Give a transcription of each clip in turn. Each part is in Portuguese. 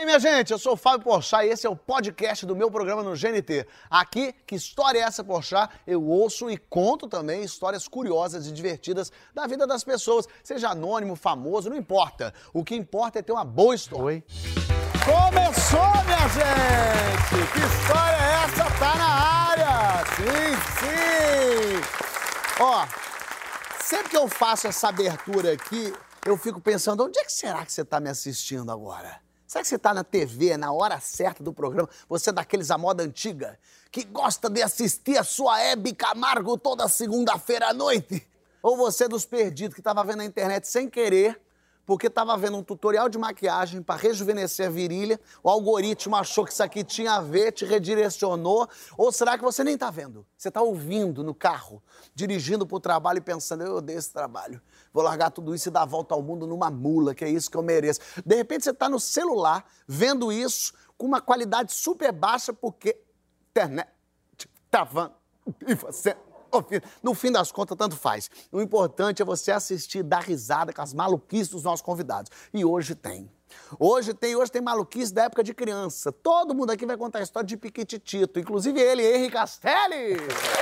E aí, minha gente, eu sou o Fábio Porchat e esse é o podcast do meu programa no GNT. Aqui, Que História é Essa, Porchat? Eu ouço e conto também histórias curiosas e divertidas da vida das pessoas, seja anônimo, famoso, não importa. O que importa é ter uma boa história. Oi. Começou, minha gente! Que história é essa? Tá na área! Sim, sim! Ó, sempre que eu faço essa abertura aqui, eu fico pensando, onde é que será que você tá me assistindo agora? Será que você tá na TV, na hora certa do programa? Você é daqueles à moda antiga, que gosta de assistir a sua Hebe Camargo toda segunda-feira à noite? Ou você é dos perdidos que tava vendo na internet sem querer, porque tava vendo um tutorial de maquiagem para rejuvenescer a virilha, o algoritmo achou que isso aqui tinha a ver, te redirecionou, ou será que você nem tá vendo? Você tá ouvindo no carro, dirigindo pro trabalho e pensando, eu odeio esse trabalho, vou largar tudo isso e dar a volta ao mundo numa mula, que é isso que eu mereço. De repente você tá no celular, vendo isso, com uma qualidade super baixa, porque internet travando e você... No fim das contas, tanto faz. O importante é você assistir, dar risada com as maluquices dos nossos convidados. E hoje tem. Hoje tem maluquice da época de criança. Todo mundo aqui vai contar a história de Piquititito, inclusive ele, Henri Castelli.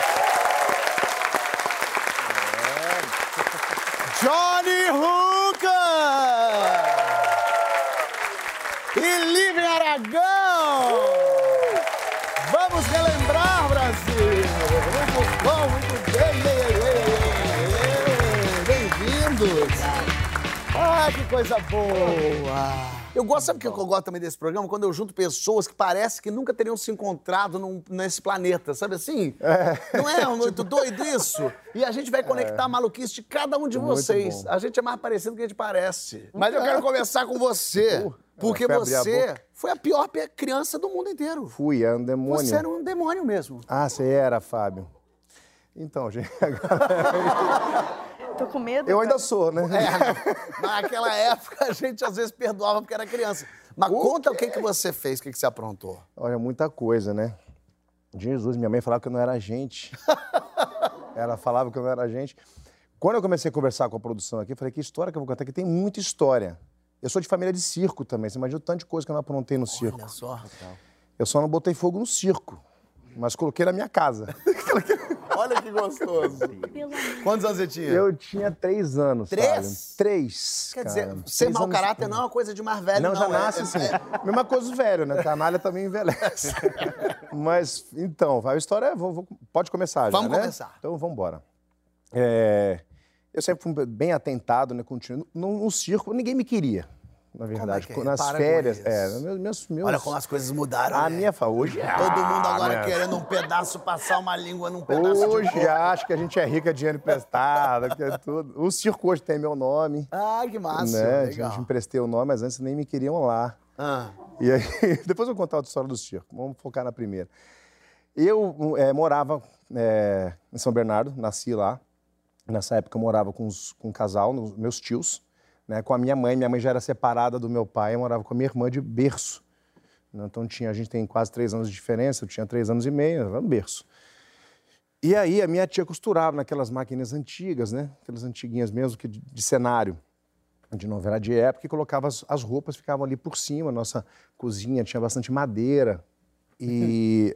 Johnny Hooker! E Lívia Aragão! Vamos relembrar, Brasil! Muito bom, muito bem! Bem-vindos! Ah, que coisa boa! Eu gosto, sabe o que eu gosto também desse programa? Quando eu junto pessoas que parece que nunca teriam se encontrado nesse planeta, sabe assim? Não é muito doido isso? E a gente vai conectar a maluquice de cada um de vocês. A gente é mais parecido do que a gente parece. Mas eu quero começar com você. Porque você foi a pior criança do mundo inteiro. Fui, era um demônio. Você era um demônio mesmo. Ah, você era, Fábio. Então, gente... Tô com medo. Eu ainda sou, né? Naquela época a gente às vezes perdoava porque era criança. Mas conta o que você fez, o que você aprontou. Olha, muita coisa, né? Jesus, minha mãe falava que eu não era gente. Ela falava que eu não era gente. Quando eu comecei a conversar com a produção aqui, eu falei, que história que eu vou contar? Que tem muita história. Eu sou de família de circo também. Você imagina o tanto de coisa que eu não aprontei no circo. Olha só. Eu só não botei fogo no circo, mas coloquei na minha casa. Olha que gostoso. Quantos anos você tinha? Eu tinha 3 anos, 3? Fábio. 3, Quer cara. dizer, ser mau caráter não é uma coisa de mais velho, não. Não, já nasce assim. Mesma coisa os velhos, né? Canalha também envelhece. Mas, então, a história... Pode começar já, Vamos né? começar. Então, vamos embora. Eu sempre fui bem atentado, né? Continuo. No circo, ninguém me queria, na verdade. Como é que é? Nas Para férias... com isso. Meus... Olha como as coisas mudaram, A né? minha hoje... Todo mundo agora né? querendo um pedaço, passar uma língua num pedaço de Hoje coco. acho que a gente é rica de dinheiro emprestado, que é tudo. O circo hoje tem meu nome. Ah, que massa, Né? legal. A gente emprestei o nome, mas antes nem me queriam lá. E aí, depois eu vou contar outra história do circo. Vamos focar na primeira. Eu morava em São Bernardo, nasci lá. Nessa época eu morava com um casal, meus tios, né, com a minha mãe. Minha mãe já era separada do meu pai, eu morava com a minha irmã de berço. Então a gente tem quase 3 anos de diferença, eu tinha 3 anos e meio, era um berço. E aí a minha tia costurava naquelas máquinas antigas, né? Aquelas antiguinhas mesmo, de cenário, de novela de época, e colocava as roupas, ficavam ali por cima. Nossa cozinha tinha bastante madeira. E,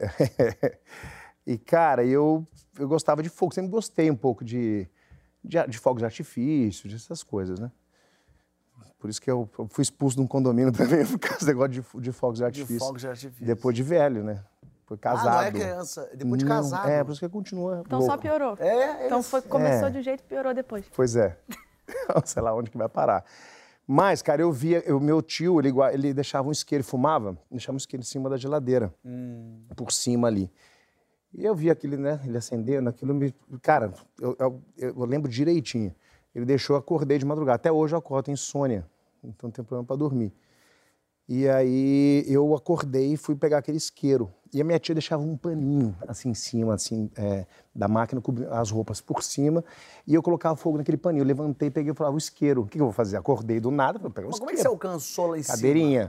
cara, eu gostava de fogo, sempre gostei um pouco de fogos de artifício, dessas coisas, né? Por isso que eu fui expulso de um condomínio também, por causa do negócio de fogos de artifício. De fogos de artifício. Depois de velho, né? Foi casado. Ah, não é criança, depois de casado. Por isso que continua Então louco. só piorou. Então começou de um jeito e piorou depois. Pois é. Sei lá onde que vai parar. Mas, cara, eu via... Meu tio, ele deixava um isqueiro, fumava, deixava um isqueiro em cima da geladeira. Por cima ali. E eu via aquele, né? Ele acendendo, aquilo me... Cara, eu lembro direitinho. Ele deixou, eu acordei de madrugada. Até hoje eu acordo, tenho insônia. Então não tem problema para dormir. E aí eu acordei e fui pegar aquele isqueiro. E a minha tia deixava um paninho assim em cima, assim, da máquina, as roupas por cima. E eu colocava fogo naquele paninho. Eu levantei, peguei e falava, o isqueiro. O que eu vou fazer? Acordei do nada, vou pegar o isqueiro. Mas como é que você alcançou lá em cima? Cadeirinha.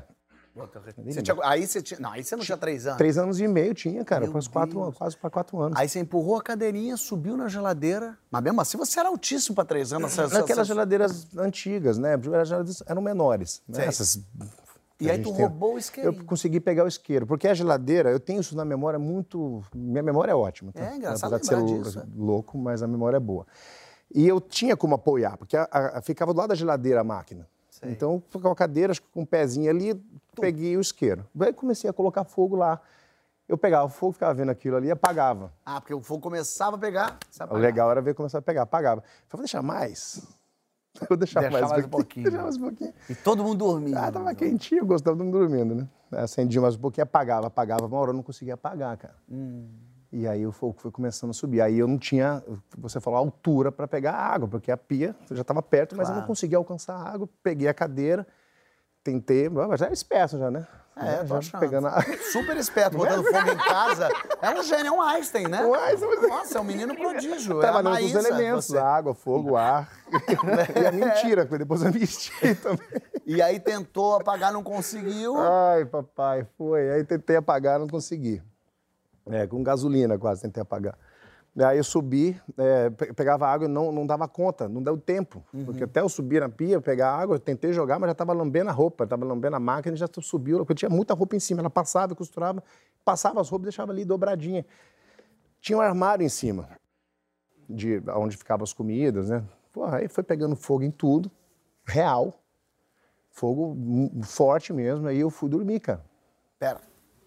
Aí você tinha... Não, aí você não tinha 3 anos. 3 anos e meio tinha, cara. Meu Quase para 4 anos. Aí você empurrou a cadeirinha, subiu na geladeira. Mas mesmo assim você era altíssimo para 3 anos. Naquelas geladeiras antigas, né? As geladeiras eram menores. Né? Essas E aí tu roubou o isqueiro? Eu consegui pegar o isqueiro, porque a geladeira, eu tenho isso na memória muito... Minha memória é ótima. Tá? É engraçado apesar de ser louco, mas a memória é boa. E eu tinha como apoiar, porque ficava do lado da geladeira a máquina. Sei. Então, com a cadeira, acho que com um pezinho ali, peguei o isqueiro. Aí comecei a colocar fogo lá. Eu pegava o fogo, ficava vendo aquilo ali e apagava. Ah, porque o fogo começava a pegar, o legal era ver começar a pegar, apagava. Eu falei, vou deixar mais? Vou deixar mais um pouquinho. Deixar mais um pouquinho. E todo mundo dormia. Ah, tava quentinho, eu gostava de dormindo, né? Acendia mais um pouquinho, apagava. Uma hora eu não conseguia apagar, cara. E aí o fogo foi começando a subir. Aí eu não tinha, você falou, altura para pegar a água, porque a pia já estava perto, mas eu não conseguia alcançar a água. Peguei a cadeira, tentei, mas já era esperto já, né? Já pegando a... Super esperto, botando fogo em casa. É um gênio, é um Einstein, né? Nossa, é um menino prodígio. Trabalhando com os elementos, água, fogo, ar. E a mentira, que depois eu menti também. E aí tentou apagar, não conseguiu. Ai, papai, foi. Aí tentei apagar, não consegui. Com gasolina quase tentei apagar. Aí eu subi, pegava água e não dava conta, não deu tempo. Porque até eu subir na pia, pegar água, eu tentei jogar, mas já estava lambendo a roupa, estava lambendo a máquina e já subiu, porque tinha muita roupa em cima. Ela passava, costurava, passava as roupas e deixava ali dobradinha. Tinha um armário em cima, onde ficavam as comidas, né? Porra, aí foi pegando fogo em tudo, real, fogo forte mesmo, aí eu fui dormir, cara. Pera.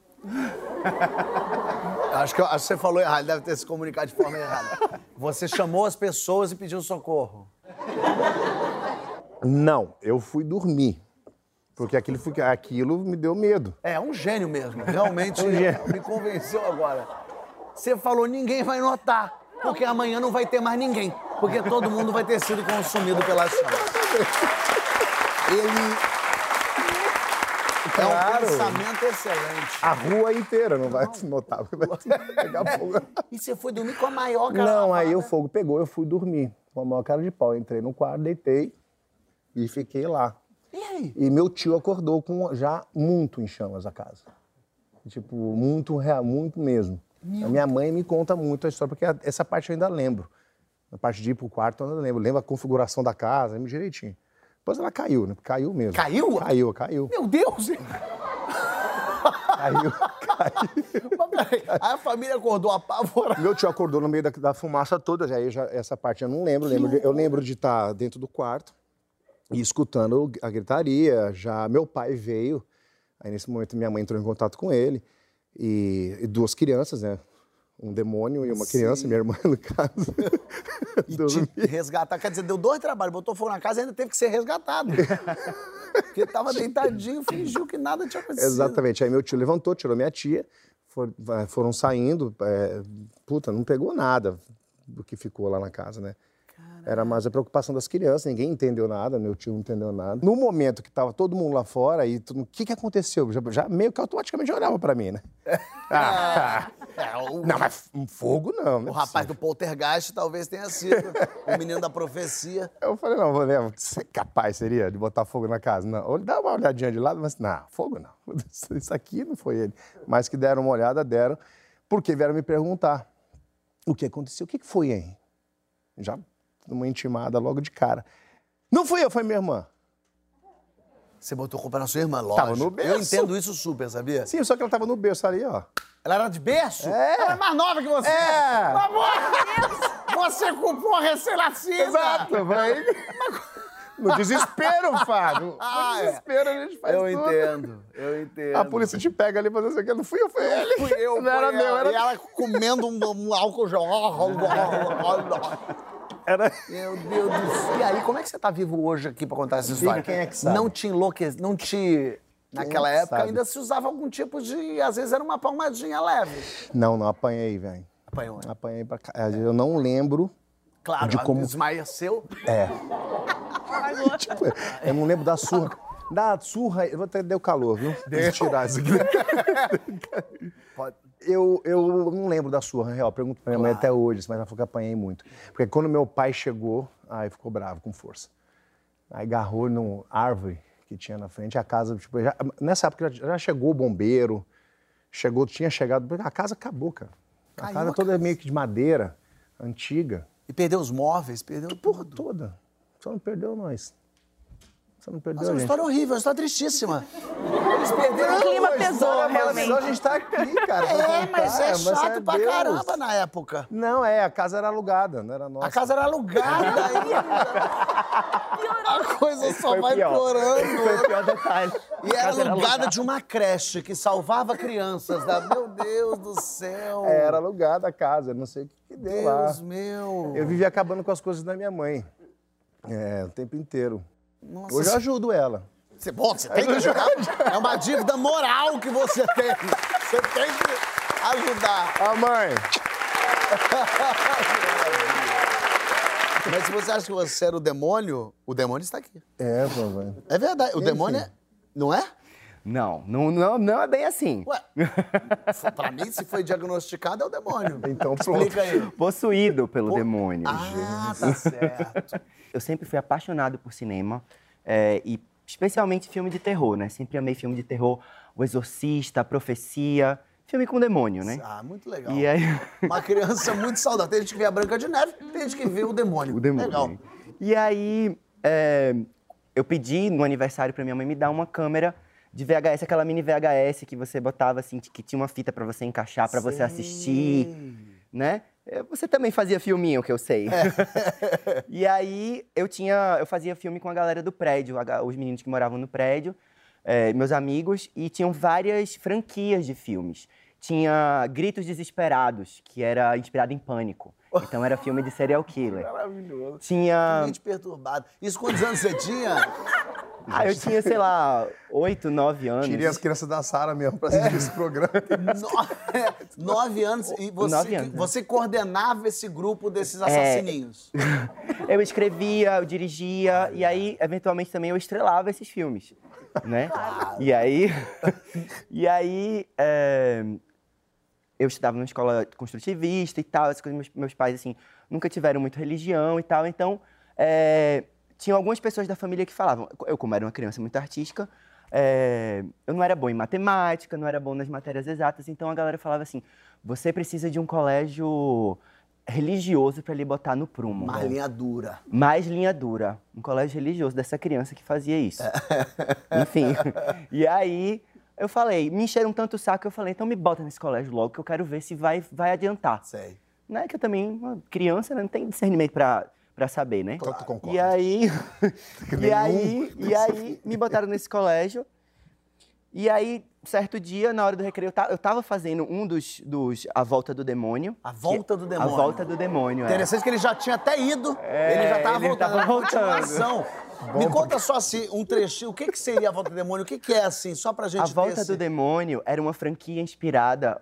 Acho que você falou errado, deve ter se comunicado de forma errada. Você chamou as pessoas e pediu socorro. Não, eu fui dormir. Porque aquilo me deu medo. É um gênio mesmo. Realmente me convenceu agora. Você falou, ninguém vai notar. Porque amanhã não vai ter mais ninguém. Porque todo mundo vai ter sido consumido pela chama. Ele... É um pensamento excelente. A rua inteira não vai se notar, vai pegar fogo. E você foi dormir com a maior cara? Não, aí o fogo pegou, eu fui dormir com a maior cara de pau. Entrei no quarto, deitei e fiquei lá. E aí? E meu tio acordou com já muito em chamas a casa. Tipo, muito mesmo. A minha mãe me conta muito a história, porque essa parte eu ainda lembro. A parte de ir pro quarto eu ainda lembro. Lembro a configuração da casa, lembro direitinho. Depois ela caiu, né? Caiu mesmo. Caiu? Caiu. Meu Deus! Caiu. Mas peraí, aí a família acordou apavorada. Meu tio acordou no meio da fumaça toda, essa parte eu não lembro. Eu lembro de estar dentro do quarto e escutando a gritaria. Já meu pai veio, aí nesse momento minha mãe entrou em contato com ele. E duas crianças, né? Um demônio e uma criança, minha irmã, no caso. E te resgatar, quer dizer, deu 2 trabalhos, botou fogo na casa e ainda teve que ser resgatado. Porque tava deitadinho, fingiu que nada tinha acontecido. Exatamente. Aí meu tio levantou, tirou minha tia, foram saindo. Não pegou nada do que ficou lá na casa, né? Era mais a preocupação das crianças, ninguém entendeu nada, meu tio não entendeu nada. No momento que tava todo mundo lá fora, o que aconteceu? Já meio que automaticamente olhava pra mim, né? Não, mas um fogo não. O rapaz do poltergeist talvez tenha sido o menino da profecia. Eu falei, não, você é capaz, seria, de botar fogo na casa? Não, ou dá uma olhadinha de lado, mas não, fogo não. Isso aqui não foi ele. Mas que deram uma olhada, porque vieram me perguntar o que aconteceu, o que foi, hein? Já uma intimada logo de cara. Não fui eu, foi minha irmã. Você botou culpa na sua irmã, lógico. Tava no berço. Eu entendo isso super, sabia? Sim, só que ela tava no berço ali, ó. Ela era de berço? É. Ela é mais nova que você. É. Pelo amor de Deus! Você culpou a recém-nascida. Exato, vai. No desespero, Fábio. No desespero a gente faz tudo. Eu entendo. A polícia te pega ali e fala assim, não fui eu, foi ele. Fui eu, não era meu, era... E ela comendo um álcool gel. Meu Deus do céu. E aí, como é que você tá vivo hoje aqui pra contar essa história? Quem é que sabe? Não te enlouquece, não te... Naquela época sabe? Ainda se usava algum tipo de... Às vezes era uma palmadinha leve. Não apanhei, velho. Apanhou? Apanhei pra cá. Eu não lembro... Claro, de como... desmaieceu. Tipo, eu não lembro da surra. Da surra, eu vou até deu calor, viu? Deixa eu tirar isso aqui. Pode. Eu não lembro da surra, real. Pergunto pra minha mãe até hoje, mas ela falou que apanhei muito. Porque quando meu pai chegou, aí ficou bravo, com força. Aí agarrou numa árvore que tinha na frente, a casa, tipo, nessa época já chegou o bombeiro, tinha chegado, a casa acabou, cara. A casa toda meio que de madeira, antiga. E perdeu os móveis, perdeu porra toda. Só não perdeu nós. Você não perdeu, Nossa, é uma gente. história horrível, uma história tristíssima. Eles perderam... O clima pesou, realmente. A gente tá aqui, cara. Mas é chato pra caramba na época. Não, a casa era alugada, não era nossa. A casa era alugada ainda. A coisa só vai piorando. Foi o pior detalhe. E era alugada de uma creche que salvava crianças. Meu Deus do céu. Era alugada a casa, não sei o que deu lá. Deus meu. Eu vivia acabando com as coisas da minha mãe. O tempo inteiro. Nossa, Hoje eu ajudo ela. você tem que ajudar. É uma dívida moral que você tem. Você tem que ajudar. Ah, mãe! Mas se você acha que você era o demônio está aqui. Vovó. É verdade. O demônio é... Não é? Não é bem assim. Ué, pra mim, se foi diagnosticado, é o demônio. Então, pronto. Explica aí. Possuído pelo demônio. Ah, tá certo. Eu sempre fui apaixonado por cinema, e especialmente filme de terror, né? Sempre amei filme de terror, O Exorcista, A Profecia, filme com demônio, né? Ah, muito legal. E aí... Uma criança muito saudável. Tem gente que vê a Branca de Neve, tem gente que vê o demônio. O demônio. Legal. E aí, eu pedi no aniversário pra minha mãe me dar uma câmera de VHS, aquela mini VHS que você botava assim, que tinha uma fita pra você encaixar, pra você assistir, né? Você também fazia filminho, que eu sei. E aí, eu fazia filme com a galera do prédio, os meninos que moravam no prédio, meus amigos, e tinham várias franquias de filmes. Tinha Gritos Desesperados, que era inspirado em Pânico. Então era filme de serial killer. Maravilhoso. Tinha... Gente perturbado. Isso quantos anos você tinha? eu tinha, sei lá, 8, 9 anos. Tirei as crianças da Sara mesmo pra assistir esse programa. 9 anos. E 9 anos, você coordenava esse grupo desses assassininhos. Eu escrevia, eu dirigia, e aí, eventualmente, também eu estrelava esses filmes, né? E aí... eu estudava numa escola construtivista e tal, essas coisas, meus pais, assim, nunca tiveram muito religião e tal, então... tinham algumas pessoas da família que falavam... Eu, como era uma criança muito artística, eu não era bom em matemática, não era bom nas matérias exatas, então a galera falava assim, você precisa de um colégio religioso para lhe botar no prumo. Mais linha dura. Mais linha dura. Um colégio religioso dessa criança que fazia isso. Enfim. E aí, eu falei, me encheram tanto o saco, eu falei, então me bota nesse colégio logo, que eu quero ver se vai adiantar. Sei. Né? Que eu também, uma criança, né, não tem discernimento pra saber, né? Claro. Tu concorda. E aí, me botaram nesse colégio. E aí, certo dia, na hora do recreio, eu tava fazendo um dos A Volta do Demônio. A Volta do Demônio. A Volta do Demônio, Interessante que ele já tinha até ido, ele já tava voltando. Tava Continuação. Me conta só assim, um trechinho, o que seria A Volta do Demônio? O que é assim, só pra gente A Volta do Demônio era uma franquia inspirada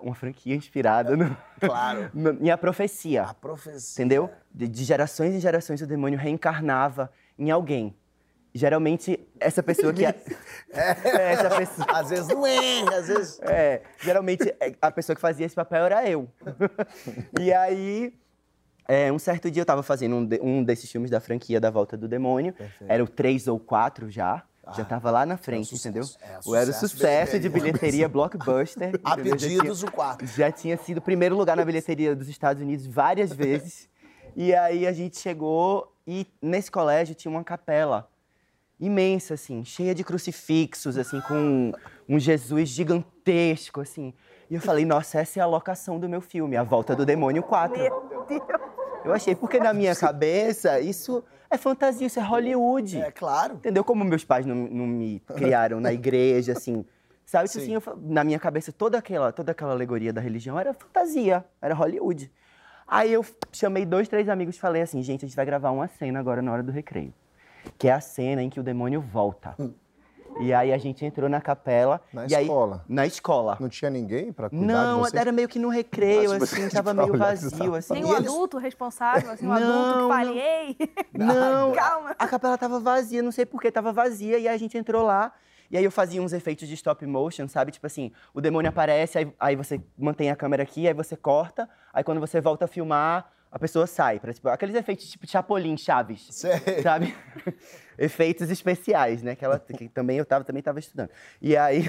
Claro. em A Profecia. A Profecia. Entendeu? De gerações em gerações o demônio reencarnava em alguém. Geralmente, essa pessoa que... essa pessoa... Às vezes não é, às vezes... Geralmente, a pessoa que fazia esse papel era eu. E aí, um certo dia eu tava fazendo um desses filmes da franquia da Volta do Demônio. Perfeito. Era o 3 ou 4 já. Já tava lá na frente, entendeu? Era o sucesso de bilheteria, blockbuster. A pedidos, o 4. Já tinha sido primeiro lugar na bilheteria dos Estados Unidos várias vezes. E aí a gente chegou e nesse colégio tinha uma capela imensa, assim, cheia de crucifixos, assim, com um Jesus gigantesco, assim. E eu falei, nossa, essa é a locação do meu filme, A Volta do Demônio 4. Meu Deus! Eu achei, porque na minha cabeça, isso é fantasia, isso é Hollywood. É, claro. Entendeu? Como meus pais não me criaram na igreja, assim. Sabe? Tipo assim, na minha cabeça, toda aquela alegoria da religião era fantasia, era Hollywood. Aí eu chamei 2, 3 amigos e falei assim, gente, a gente vai gravar uma cena agora na hora do recreio. Que é a cena em que o demônio volta. E aí a gente entrou na capela. Na e escola? Aí, na escola. Não tinha ninguém pra cuidar Não, de vocês? era meio que no recreio, assim, tava meio vazio, assim. Tem um adulto responsável, assim, um adulto que fale, ei! Não, calma. A capela tava vazia, não sei por que tava vazia. E aí a gente entrou lá. E aí eu fazia uns efeitos de stop motion, sabe? Tipo assim, o demônio aparece, aí você mantém a câmera aqui, aí você corta. Aí quando você volta a filmar, a pessoa sai. Tipo, aqueles efeitos tipo Chapolin, Chaves, sabe? Efeitos especiais, né? Que também eu também tava estudando. E aí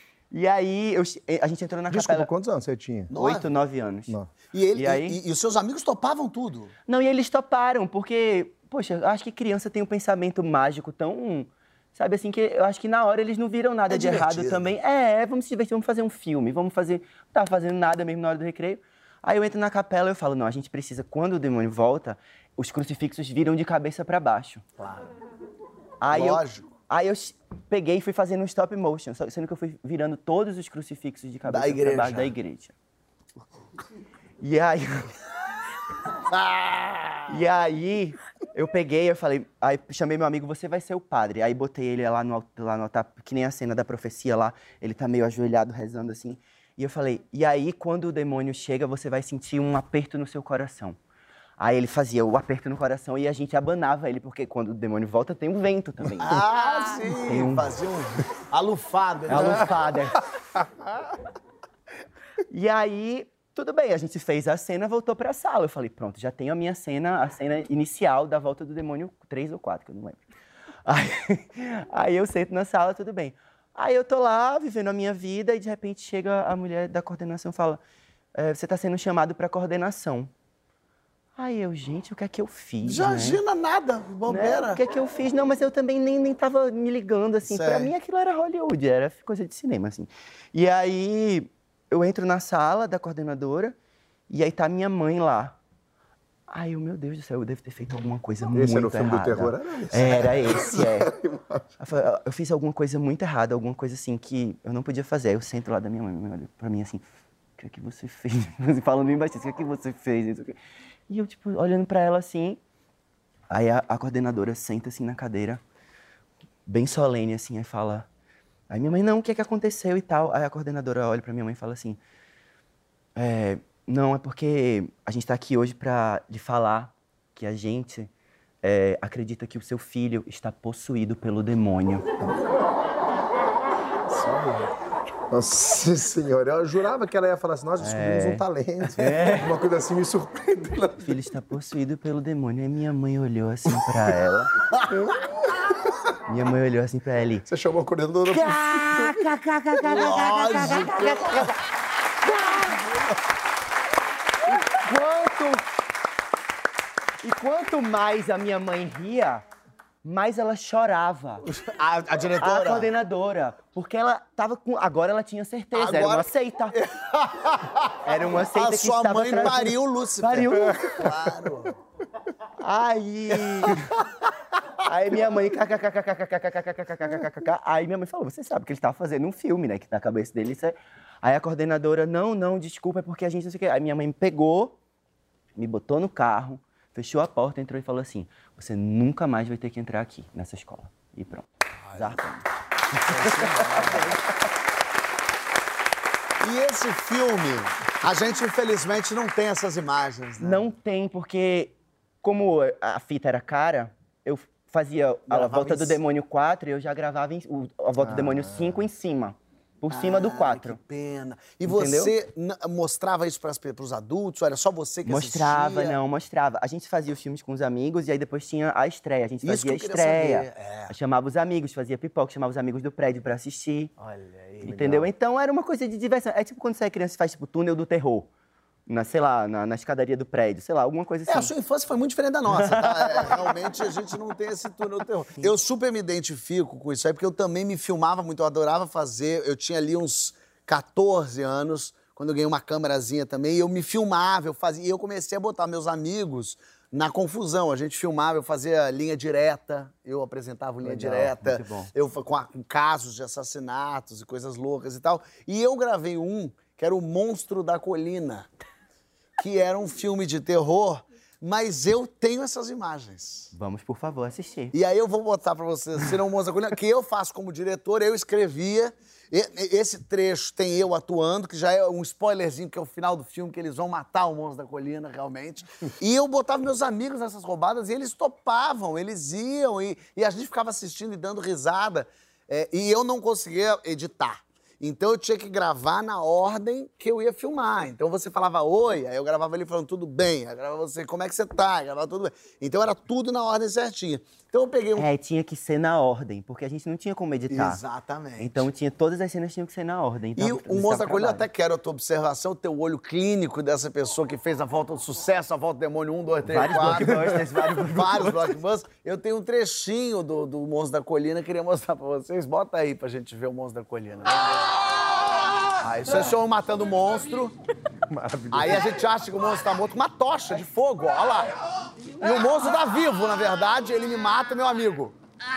a gente entrou na Desculpa, capela... quantos anos você tinha? 8, 9 anos. Não. E os seus amigos topavam tudo? Não, e eles toparam, porque, poxa, eu acho que criança tem um pensamento mágico tão Sabe, assim, que eu acho que na hora eles não viram nada de errado também. Vamos se divertir, vamos fazer um filme, vamos fazer... Não tava fazendo nada mesmo na hora do recreio. Aí eu entro na capela e eu falo, não, a gente precisa, quando o demônio volta, os crucifixos viram de cabeça pra baixo. Claro. Lógico. Aí eu peguei e fui fazendo um stop motion, sendo que eu fui virando todos os crucifixos de cabeça pra baixo da igreja. E aí... E aí, eu peguei, eu falei, aí chamei meu amigo, você vai ser o padre. Aí botei ele lá no altar, que nem a cena da profecia lá, ele tá meio ajoelhado, rezando assim. E eu falei, e aí quando o demônio chega, você vai sentir um aperto no seu coração. Aí ele fazia o aperto no coração e a gente abanava ele, porque quando o demônio volta tem um vento também. Sim, fazia um alufada. Alufada. E aí... Tudo bem, a gente fez a cena, voltou pra sala. Eu falei, pronto, já tenho a cena inicial da volta do demônio 3 ou 4, que eu não lembro. Aí eu sento na sala, tudo bem. Aí eu tô lá, vivendo a minha vida, e de repente chega a mulher da coordenação e fala, você tá sendo chamado pra coordenação. Aí eu, gente, o que é que eu fiz, Imagina nada, bobeira. Né? O que é que eu fiz? Não, mas eu também nem tava me ligando, assim. Pra mim aquilo era Hollywood, era coisa de cinema, assim. E aí... Eu entro na sala da coordenadora e aí tá minha mãe lá. Aí eu, meu Deus do céu, eu devo ter feito alguma coisa muito errada. Esse era o filme do terror? Era esse, Eu fiz alguma coisa muito errada, alguma coisa assim que eu não podia fazer. Aí eu sento lá da minha mãe olha pra mim assim, o que é que você fez? Falando bem baixinho, o que é que você fez? E eu, tipo, olhando pra ela assim, aí a coordenadora senta assim na cadeira, bem solene assim, aí fala... Aí minha mãe, não, o que é que aconteceu e tal? Aí a coordenadora olha pra minha mãe e fala assim, não, é porque a gente tá aqui hoje pra lhe falar que a gente acredita que o seu filho está possuído pelo demônio. Nossa senhora, eu jurava que ela ia falar assim, nós descobrimos um talento. Uma coisa assim me surpreendeu. O filho está possuído pelo demônio. Aí minha mãe olhou assim pra ela. Minha mãe olhou assim pra ela e... Você chamou a coordenadora? E quanto mais a minha mãe ria, mais ela chorava. A diretora? A coordenadora. Porque ela tava com... Agora ela tinha certeza, era uma seita. Era uma seita que estava... A sua mãe pariu o Lúcifer. Pariu. Claro. Aí minha mãe... Aí minha mãe falou, você sabe que ele estava fazendo um filme, né? Que na cabeça dele isso é... Aí a coordenadora, não, desculpa, é porque a gente não sei o quê. Aí minha mãe me pegou, me botou no carro, fechou a porta, entrou e falou assim, você nunca mais vai ter que entrar aqui, nessa escola. E pronto. Zarpamos. E esse filme, a gente infelizmente não tem essas imagens, né? Não tem, porque como a fita era cara, eu fazia a Volta do Demônio 4 e eu já gravava a Volta do Demônio 5 em cima. Por cima do 4. Que pena. E entendeu? você mostrava isso para os adultos? Ou era só você que assistia? Mostrava. A gente fazia os filmes com os amigos e aí depois tinha a estreia. A gente Isso fazia a que eu queria estreia. saber, Chamava os amigos, fazia pipoca, chamava os amigos do prédio pra assistir. Olha aí. Entendeu? Legal. Então era uma coisa de diversão. É tipo quando você é criança e faz tipo túnel do terror. Na escadaria do prédio, sei lá, alguma coisa assim. A sua infância foi muito diferente da nossa, tá? Realmente a gente não tem esse túnel do terror. Eu super me identifico com isso aí, porque eu também me filmava muito, eu adorava fazer. Eu tinha ali uns 14 anos, quando eu ganhei uma câmerazinha também, e eu me filmava, eu fazia, e eu comecei a botar meus amigos na confusão. A gente filmava, eu fazia linha direta, eu apresentava linha direta, muito bom. eu com casos de assassinatos e coisas loucas e tal. E eu gravei um que era o Monstro da Colina, que era um filme de terror, mas eu tenho essas imagens. Vamos, por favor, assistir. E aí eu vou botar pra vocês, serão o Monstro da Colina, que eu faço como diretor, eu escrevia. Esse trecho tem eu atuando, que já é um spoilerzinho, que é o final do filme, que eles vão matar o Monstro da Colina, realmente. E eu botava meus amigos nessas roubadas e eles topavam, eles iam, e a gente ficava assistindo e dando risada. E eu não conseguia editar. Então eu tinha que gravar na ordem que eu ia filmar. Então você falava oi, aí eu gravava ele falando tudo bem. Aí eu gravava você, como é que você tá? Eu gravava tudo bem. Então era tudo na ordem certinha. Então eu peguei um... tinha que ser na ordem, porque a gente não tinha como editar. Exatamente. Então todas as cenas tinham que ser na ordem. Então, E o Monstro da Colina, eu até quero a tua observação, o teu olho clínico dessa pessoa que fez a Volta do Sucesso, a Volta do Demônio 1, 2, 3, Vários 4. blockbusters, Vários blockbusters. Eu tenho um trechinho do Monstro da Colina, queria mostrar pra vocês. Bota aí pra gente ver o Monstro da Colina. Isso é o senhor matando o monstro. Maravilhoso. Aí a gente acha que o monstro tá morto com uma tocha de fogo, ó, olha lá. E o monstro tá vivo, na verdade, ele me mata, meu amigo.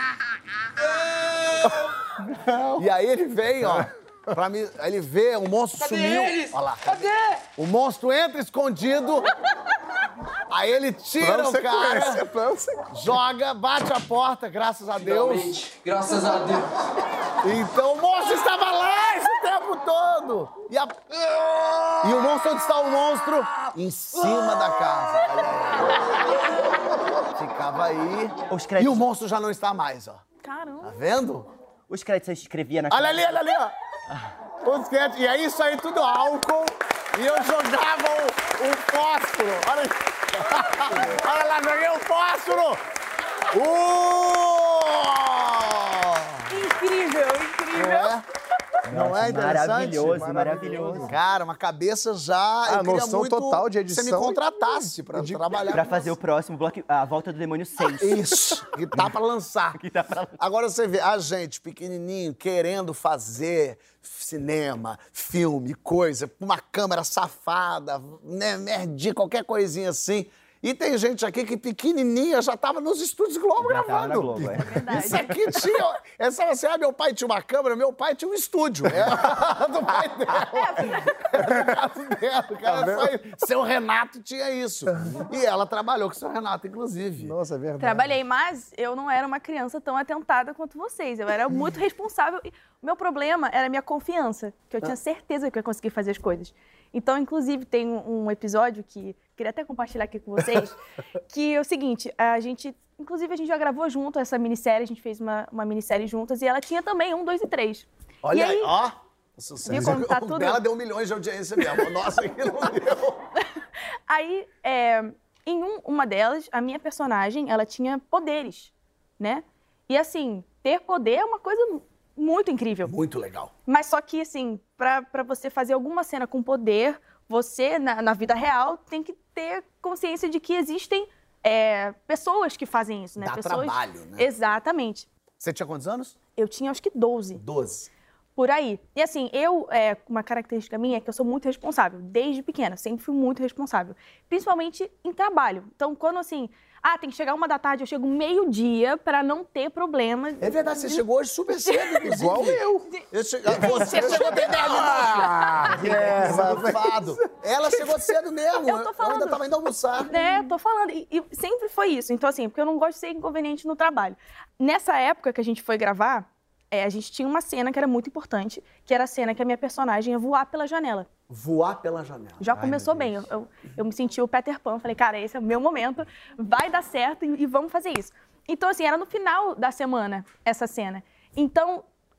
E aí ele vem, ó, pra mim, ele vê, o monstro sumiu. Olha lá. Cadê? O monstro entra escondido, aí ele tira o cara, joga, bate a porta, graças a Deus. Finalmente, graças a Deus. Então o monstro estava lá esse tempo todo. E o monstro, onde está o monstro? Em cima da casa. Olha aí. Ficava aí. Os créditos... E o monstro já não está mais, ó. Caramba. Tá vendo? Os créditos você escrevia na Olha ali, ó. Os créditos. E é isso aí, tudo álcool. E eu jogava o fósforo. Olha aí. Olha lá, joguei o fósforo. Incrível, incrível. É? Não é interessante? Maravilhoso. Cara, uma cabeça já... eu queria noção muito total de que você me edição contratasse pra trabalhar Pra com fazer o próximo bloco, a Volta do Demônio 6. Isso, que tá pra lançar. Agora você vê a gente pequenininho querendo fazer cinema, filme, coisa, com uma câmera safada, né, merdinha, qualquer coisinha assim. E tem gente aqui que pequenininha já tava nos estúdios Globo Já gravando. tava na Globo, é. Verdade. Isso aqui tinha... É só assim, meu pai tinha uma câmera, meu pai tinha um estúdio. É do pai dela. É do caso dela. O cara só isso. Seu Renato tinha isso. E ela trabalhou com o seu Renato, inclusive. Nossa, é verdade. Trabalhei, mas eu não era uma criança tão atentada quanto vocês. Eu era muito responsável. E o meu problema era a minha confiança, que eu tinha certeza que eu ia conseguir fazer as coisas. Então, inclusive, tem um episódio que queria até compartilhar aqui com vocês, que é o seguinte, a gente já gravou junto essa minissérie, a gente fez uma minissérie juntas, e ela tinha também 1, 2 e 3. Olha E aí, aí, ó. Sucesso. viu como tá O tudo? dela deu milhões de audiência mesmo. Nossa, aqui não deu. Aí, em uma delas, a minha personagem, ela tinha poderes, né? E assim, ter poder é uma coisa muito incrível. Muito legal. Mas só que, assim, pra você fazer alguma cena com poder, você, na vida real, tem que ter consciência de que existem pessoas que fazem isso, né? Dá pessoas... trabalho, né? Exatamente. Você tinha quantos anos? Eu tinha, acho que 12. 12. Por aí. E assim, uma característica minha é que eu sou muito responsável. Desde pequena, sempre fui muito responsável. Principalmente em trabalho. Então, quando assim, tem que chegar 1 da tarde, eu chego meio-dia pra não ter problema. É verdade, você chegou hoje super cedo, inclusive. Igual eu. Você chegou bem 10 minutos. Safado. Ela chegou cedo mesmo. Eu tô falando. Eu ainda tava indo almoçar. Tô falando. E sempre foi isso. Então, assim, porque eu não gosto de ser inconveniente no trabalho. Nessa época que a gente foi gravar, a gente tinha uma cena que era muito importante, que era a cena que a minha personagem ia voar pela janela. Voar pela janela. Já começou bem. Eu me senti o Peter Pan. Falei, cara, esse é o meu momento. Vai dar certo e vamos fazer isso. Então, assim, era no final da semana essa cena. Então,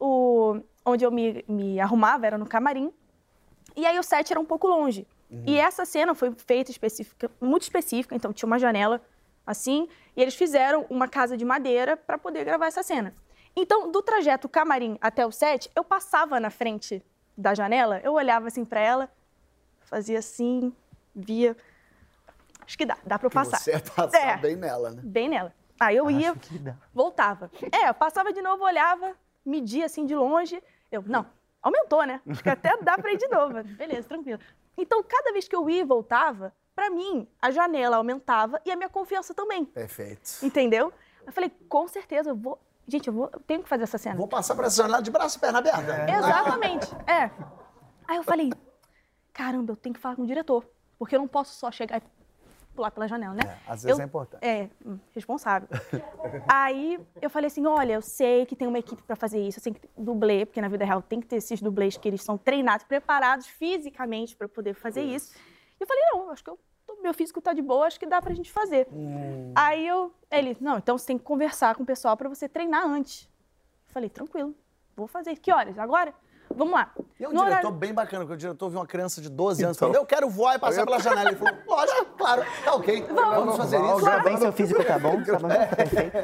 onde eu me arrumava era no camarim. E aí o set era um pouco longe. E essa cena foi feita muito específica. Então, tinha uma janela assim. E eles fizeram uma casa de madeira para poder gravar essa cena. Então, do trajeto camarim até o set, eu passava na frente da janela, eu olhava assim pra ela, fazia assim, via. Acho que dá pra eu passar. Você ia passar bem nela, né? Bem nela. Aí eu ia, voltava. Eu passava de novo, olhava, media assim de longe. Não, aumentou, né? Acho que até dá pra ir de novo. Beleza, tranquilo. Então, cada vez que eu ia e voltava, pra mim, a janela aumentava e a minha confiança também. Perfeito. Entendeu? Eu falei, com certeza, eu vou... Gente, eu tenho que fazer essa cena. Vou passar pra essa janela de braço e perna aberta. Exatamente, Aí eu falei, caramba, eu tenho que falar com o diretor, porque eu não posso só chegar e pular pela janela, né? Às vezes é importante. Responsável. Aí eu falei assim, olha, eu sei que tem uma equipe pra fazer isso, eu sei que tem dublê, porque na vida real tem que ter esses dublês que eles são treinados, preparados fisicamente pra poder fazer isso. E eu falei, não, acho que meu físico tá de boa, acho que dá pra gente fazer. Aí ele, não, então você tem que conversar com o pessoal pra você treinar antes. Eu falei, tranquilo, vou fazer. Que horas? Agora? Vamos lá. E é um diretor bem bacana, porque o diretor viu uma criança de 12 anos falando, eu quero voar e passar pela janela. Ele falou, lógico, claro, tá ok, vamos fazer isso. Tudo bem, seu físico tá bom? Tá bom? Perfeito.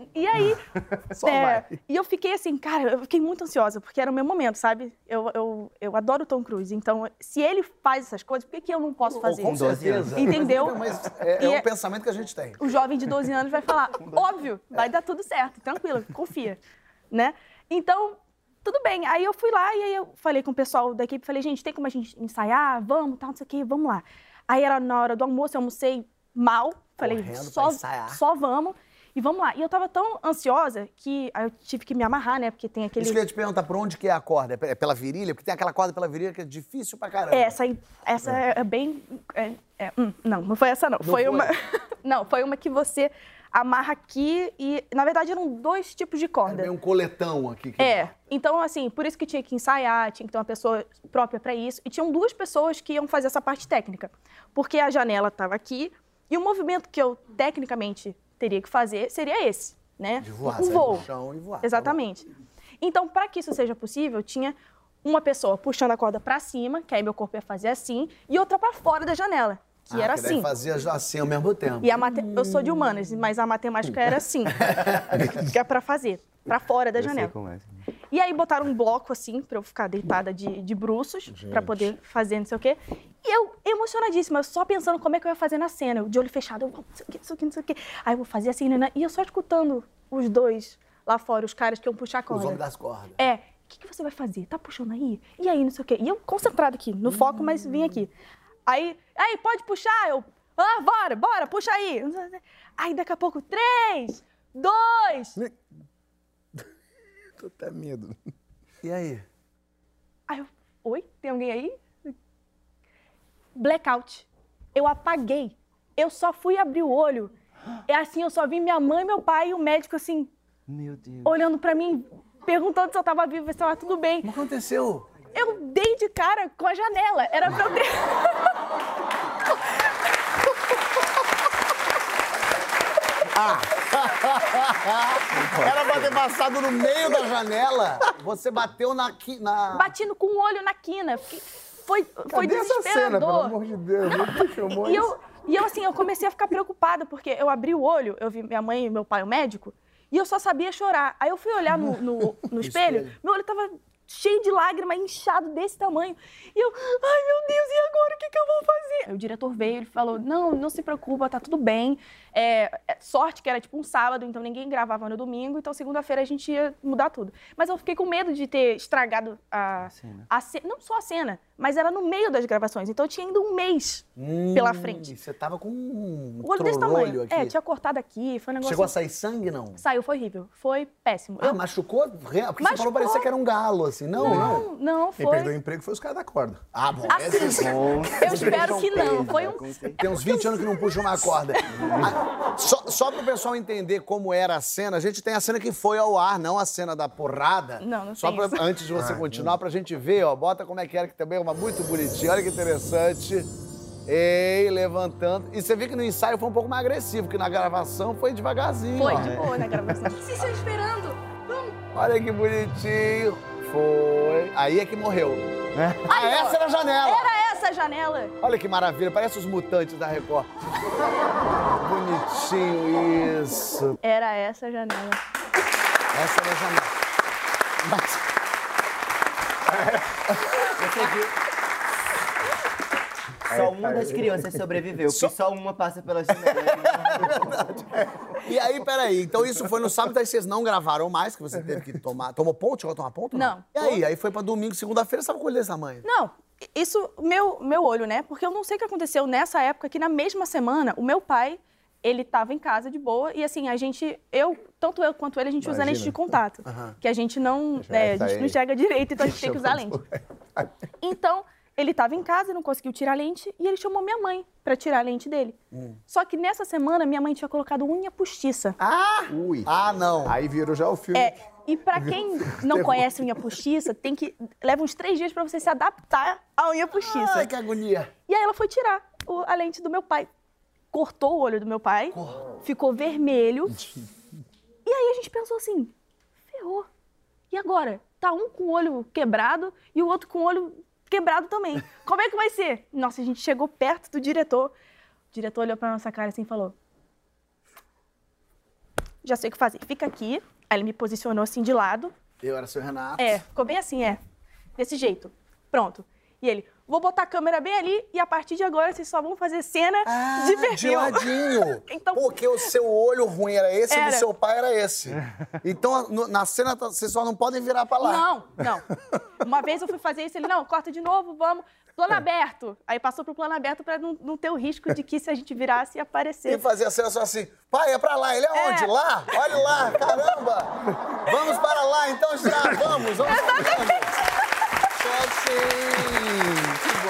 E aí, Só vai. e eu fiquei assim, cara, eu fiquei muito ansiosa, porque era o meu momento, sabe? Eu adoro o Tom Cruise, então se ele faz essas coisas, por que eu não posso fazer? Com certeza. Entendeu? Mas E é o pensamento que a gente tem. O jovem de 12 anos vai falar, óbvio, vai dar tudo certo, tranquilo, confia, né? Então, tudo bem. Aí eu fui lá e aí eu falei com o pessoal da equipe, falei, gente, tem como a gente ensaiar? Vamos, tal, não sei o quê, vamos lá. Aí era na hora do almoço, eu almocei mal, falei, Correndo pra ensaiar. só vamos e vamos lá. E eu tava tão ansiosa que aí eu tive que me amarrar, né? Porque tem aquele... Isso que eu ia te perguntar, por onde que é a corda? É pela virilha? Porque tem aquela corda pela virilha que é difícil pra caramba. Essa é bem... não foi essa não. Foi uma... Não, foi uma que você amarra aqui e, na verdade, eram 2 tipos de corda. É um coletão aqui. Então, assim, por isso que tinha que ensaiar, tinha que ter uma pessoa própria para isso. E tinham 2 pessoas que iam fazer essa parte técnica. Porque a janela estava aqui e o movimento que eu, tecnicamente, teria que fazer seria esse, né? De voar, um sair voo. do chão e voar. Exatamente. Então, para que isso seja possível, tinha uma pessoa puxando a corda para cima, que aí meu corpo ia fazer assim, e outra para fora da janela, que era que daí assim. fazia assim ao mesmo tempo. E eu sou de humanas, mas a matemática era assim, que é para fazer, para fora da janela. E aí botaram um bloco assim, para eu ficar deitada de bruços, para poder fazer não sei o quê. E eu, emocionadíssima, só pensando como é que eu ia fazer na cena. Eu, de olho fechado, eu, não sei o quê, não sei o quê, não sei o quê. Aí eu vou fazer assim, né? E eu só escutando os 2 lá fora, os caras que iam puxar a corda. Os homens das cordas. O que você vai fazer? Tá puxando aí? E aí, não sei o quê. E eu concentrada aqui, no foco, mas vim aqui. Aí, pode puxar? Eu, bora, puxa aí. Aí, daqui a pouco, 3, 2... Tô até medo. E aí? Aí eu, oi, tem alguém aí? Blackout. Eu apaguei. Eu só fui abrir o olho. É assim, eu só vi minha mãe, meu pai e o médico, assim, Meu Deus. olhando pra mim, perguntando se eu tava viva, se tava tudo bem. O que aconteceu? Eu dei de cara com a janela. Era pra eu ter... Era pra ter passado no meio da janela. Você bateu na... Batindo com o olho na quina. Foi Cadê essa desesperador. cena, pelo amor de Deus? Ninguém filmou isso. E eu, assim, eu comecei a ficar preocupada, porque eu abri o olho, eu vi minha mãe e meu pai, o médico, e eu só sabia chorar. Aí eu fui olhar no espelho, meu olho tava cheio de lágrima, inchado desse tamanho. E eu, ai meu Deus, e agora? O que eu vou fazer? Aí o diretor veio, ele falou, não se preocupa, tá tudo bem. Sorte que era tipo um sábado, então ninguém gravava no domingo, então segunda-feira a gente ia mudar tudo. Mas eu fiquei com medo de ter estragado a cena. Não só a cena, mas era no meio das gravações, então eu tinha ainda um mês pela frente. Você tava com um O olho desse tamanho. aqui. Tinha cortado aqui, foi um negócio... Chegou a sair sangue, não? Saiu, foi horrível. Foi péssimo. Machucou? Porque você Machucou. falou, parecia que era um galo, assim. Não, Quem foi... perdeu o emprego foi os caras da corda. Ah, bom. Assim, eu espero que não. Foi um... Tem uns 20 anos que não puxa uma corda. Só pro pessoal entender como era a cena, a gente tem a cena que foi ao ar, não a cena da porrada. Não Só tem isso. antes de você continuar, pra gente ver, ó. Bota como é que era, que também é uma muito bonitinha. Olha que interessante. Ei, levantando. E você vê que no ensaio foi um pouco mais agressivo, porque na gravação foi devagarzinho. Foi, ó. de boa na gravação. Vocês estão esperando? Vamos. Olha que bonitinho. Foi. Aí é que morreu. Essa era a janela. Era essa a janela. Olha que maravilha, parece os mutantes da Record. Bonitinho isso. Era essa a janela. Essa era a janela. Você viu? Só uma das crianças sobreviveu, porque só uma passa pela janela. E aí, peraí, então isso foi no sábado, aí vocês não gravaram mais, que você teve que tomar... Tomou ponto? Chegou a tomar ponto? Não. E aí? Aí foi pra domingo, segunda-feira, você tava com o olho desse tamanho? Não, isso, meu olho, né? Porque eu não sei o que aconteceu nessa época, que na mesma semana, o meu pai, ele tava em casa de boa, e assim, tanto eu quanto ele, a gente usa lente de contato. Que a gente não, a gente não enxerga direito, então a gente tem que usar lente. Então, ele tava em casa, não conseguiu tirar a lente, e ele chamou minha mãe pra tirar a lente dele. Só que nessa semana, minha mãe tinha colocado unha postiça. Ui. Ah, não. Aí virou já o filme. E pra quem não conhece unha postiça, leva uns 3 dias pra você se adaptar à unha postiça. Ai, que agonia. E aí ela foi tirar a lente do meu pai. Cortou o olho do meu pai, ficou vermelho. E aí a gente pensou assim, ferrou. E agora? Tá um com o olho quebrado e o outro com o olho quebrado também. Como é que vai ser? Nossa, a gente chegou perto do diretor. O diretor olhou pra nossa cara assim e falou, já sei o que fazer. Fica aqui. Aí ele me posicionou assim de lado. Eu era seu Renato. Ficou bem assim, desse jeito. Pronto. E ele, vou botar a câmera bem ali e a partir de agora vocês só vão fazer cena de perfil. De ladinho. Então, porque o seu olho ruim era esse e o do seu pai era esse. Então, na cena, vocês só não podem virar pra lá. Não. Uma vez eu fui fazer isso, ele, não, corta de novo, vamos. Plano aberto. Aí passou pro plano aberto pra não ter o risco de que se a gente virasse ia aparecer. E fazia a cena só assim, pai, é pra lá. Ele é onde? Lá? Olha lá, caramba. Vamos para lá, então já, vamos para Só assim,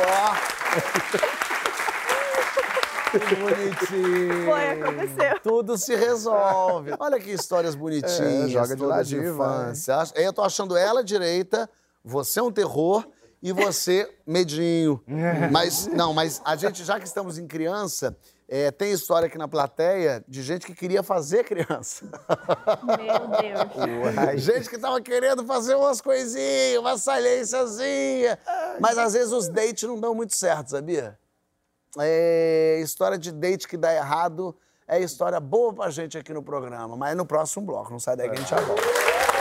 que bonitinho. Foi, aconteceu. Tudo se resolve. Olha que histórias bonitinhas. Joga de ladinho, infância. Eu tô achando ela direita, você é um terror e você medinho. Mas a gente, já que estamos em criança, tem história aqui na plateia de gente que queria fazer criança. Meu Deus. Gente que tava querendo fazer umas coisinhas, uma saliênciazinha. Mas às vezes os dates não dão muito certo, sabia? História de date que dá errado é história boa pra gente aqui no programa. Mas é no próximo bloco, não sai daí que a gente já volta.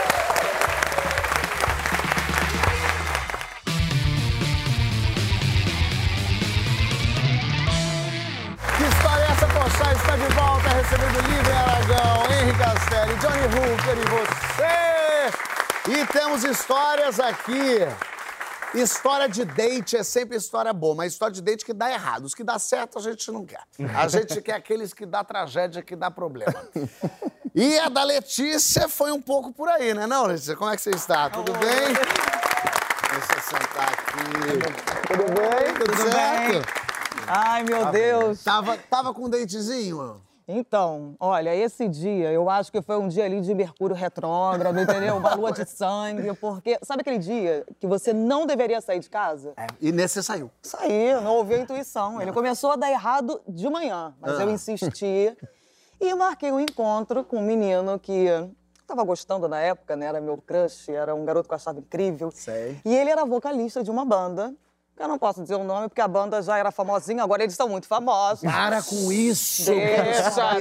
Está de volta, recebendo Lívia Aragão, Henrique Castelli, Johnny Hooker e você. E temos histórias aqui. História de date é sempre história boa, mas história de date que dá errado. Os que dá certo a gente não quer. A gente quer aqueles que dá tragédia, que dá problema. E a da Letícia foi um pouco por aí, né não, Letícia? Como é que você está? Tudo bem? Deixa eu sentar aqui. Tudo bem? Tudo certo? Bem. Ai, meu Deus. Tava com um datezinho? Então, olha, esse dia, eu acho que foi um dia ali de Mercúrio retrógrado, entendeu? Uma lua de sangue, porque... Sabe aquele dia que você não deveria sair de casa? E nesse você saiu? Saí, não ouvi a intuição. Ele começou a dar errado de manhã, mas eu insisti e marquei um encontro com um menino que... Tava gostando na época, né? Era meu crush, era um garoto que eu achava incrível. Sei. E ele era vocalista de uma banda. Eu não posso dizer o nome, porque a banda já era famosinha, agora eles são muito famosos. Para com isso! Deixa.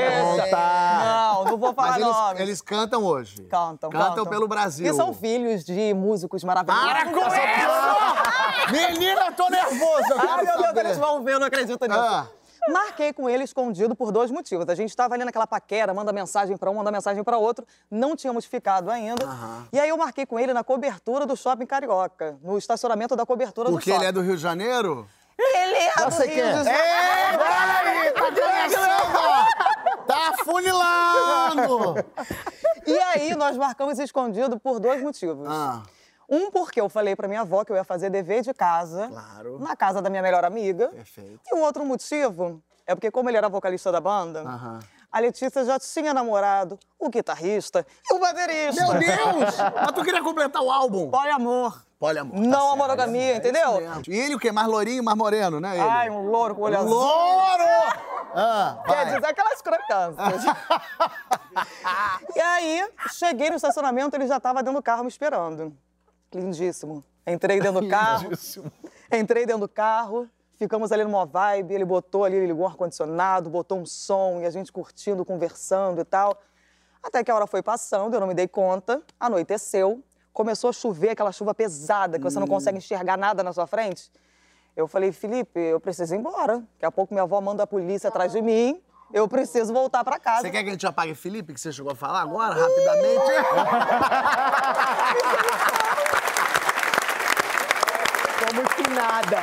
Não vou falar nomes. Eles cantam hoje? Cantam pelo Brasil. E são filhos de músicos maravilhosos. Para com isso! Menina, eu tô nervosa! Ai, meu Deus, eles vão ver, eu não acredito nisso. Marquei com ele escondido por 2 motivos. A gente estava ali naquela paquera, manda mensagem para um, manda mensagem para outro. Não tínhamos ficado ainda. E aí eu marquei com ele na cobertura do Shopping Carioca, no estacionamento da cobertura do shopping. Porque ele é do Rio de Janeiro? Ele é do Rio de Janeiro. Olha aí, tá começando! Tá afunilando! E aí nós marcamos escondido por 2 motivos. Um, porque eu falei pra minha avó que eu ia fazer dever de casa. Claro. Na casa da minha melhor amiga. Perfeito. E o outro motivo é porque, como ele era vocalista da banda, a Letícia já tinha namorado o guitarrista e o baterista. Meu Deus! Mas tu queria completar o álbum? Poliamor. Poliamor. Não a monogamia, entendeu? E ele o quê? Mais lourinho, mais moreno, né? Ele? Ai, um louro com olho azul. Louro! Quer dizer, aquelas crocâncias. E aí, cheguei no estacionamento, ele já tava dentro do carro me esperando. Lindíssimo. Entrei dentro do carro. Ficamos ali numa vibe, ele botou ali, ele ligou um ar-condicionado, botou um som, e a gente curtindo, conversando e tal. Até que a hora foi passando, eu não me dei conta, anoiteceu, começou a chover, aquela chuva pesada, que você não consegue enxergar nada na sua frente. Eu falei, Felipe, eu preciso ir embora. Daqui a pouco minha avó manda a polícia atrás de mim, eu preciso voltar pra casa. Você quer que a gente apague Felipe, que você chegou a falar agora, rapidamente? Como que nada.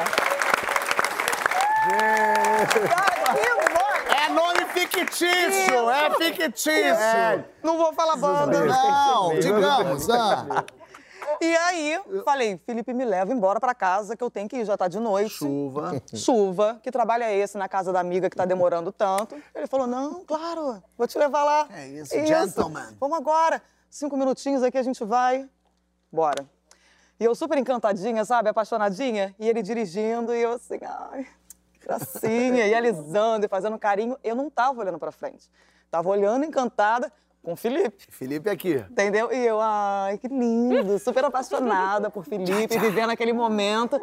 É nome fictício, é fictício. Não vou falar banda. Não, digamos. E aí, falei, Felipe, me leva embora pra casa, que eu tenho que ir, já tá de noite. Chuva. Que trabalho é esse na casa da amiga que tá demorando tanto? Ele falou, não, claro, vou te levar lá. É isso, gentleman. Vamos agora. 5 minutinhos aqui, a gente vai. Bora. E eu super encantadinha, sabe, apaixonadinha. E ele dirigindo, e eu assim, ai, gracinha. E alisando, e fazendo carinho. Eu não tava olhando pra frente. Tava olhando encantada com o Felipe. Felipe aqui. Entendeu? E eu, ai, que lindo, super apaixonada por Felipe, vivendo aquele momento.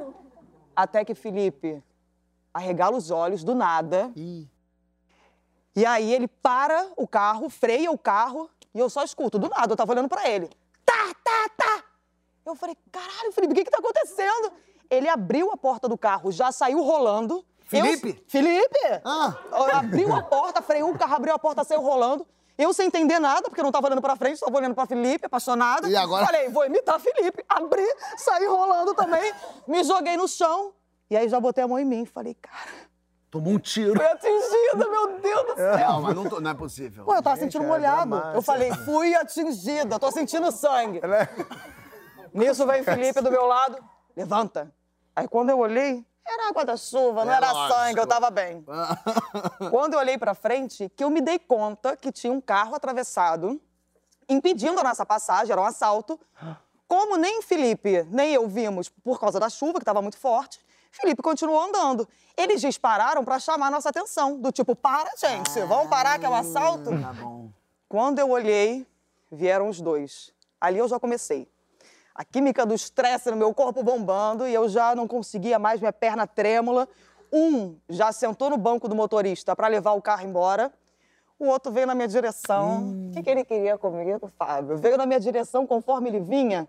Até que Felipe arregala os olhos do nada. E aí ele para o carro, freia o carro e eu só escuto. Do nada, eu tava olhando pra ele. Tá. Eu falei, caralho, Felipe, o que tá acontecendo? Ele abriu a porta do carro, já saiu rolando. Felipe? Felipe! Ah. Abriu a porta, freou o carro, abriu a porta, saiu rolando. Eu sem entender nada, porque eu não tava olhando pra frente, só olhando pra Felipe, apaixonada. E agora? Falei, vou imitar Felipe. Abri, saí rolando também, me joguei no chão. E aí já botei a mão em mim. Falei, cara, Tomou um tiro. fui atingida, meu Deus do céu. Não, mas não é possível. Pô, eu tava sentindo molhado. dramático. Eu falei, fui atingida, tô sentindo sangue. Nisso veio Felipe do meu lado, levanta. Aí quando eu olhei, era água da chuva, não era lógico. sangue, eu tava bem. Quando eu olhei pra frente, que eu me dei conta que tinha um carro atravessado, impedindo a nossa passagem, era um assalto. Como nem Felipe, nem eu vimos por causa da chuva, que estava muito forte, Felipe continuou andando. Eles dispararam pra chamar a nossa atenção, do tipo, para, gente, vamos parar que é um assalto? Tá bom. Quando eu olhei, vieram os dois. Ali eu já comecei. A química do estresse no meu corpo bombando e eu já não conseguia mais, minha perna trêmula. Um já sentou no banco do motorista para levar o carro embora. O outro veio na minha direção. O que ele queria comigo, Fábio? Veio na minha direção conforme ele vinha.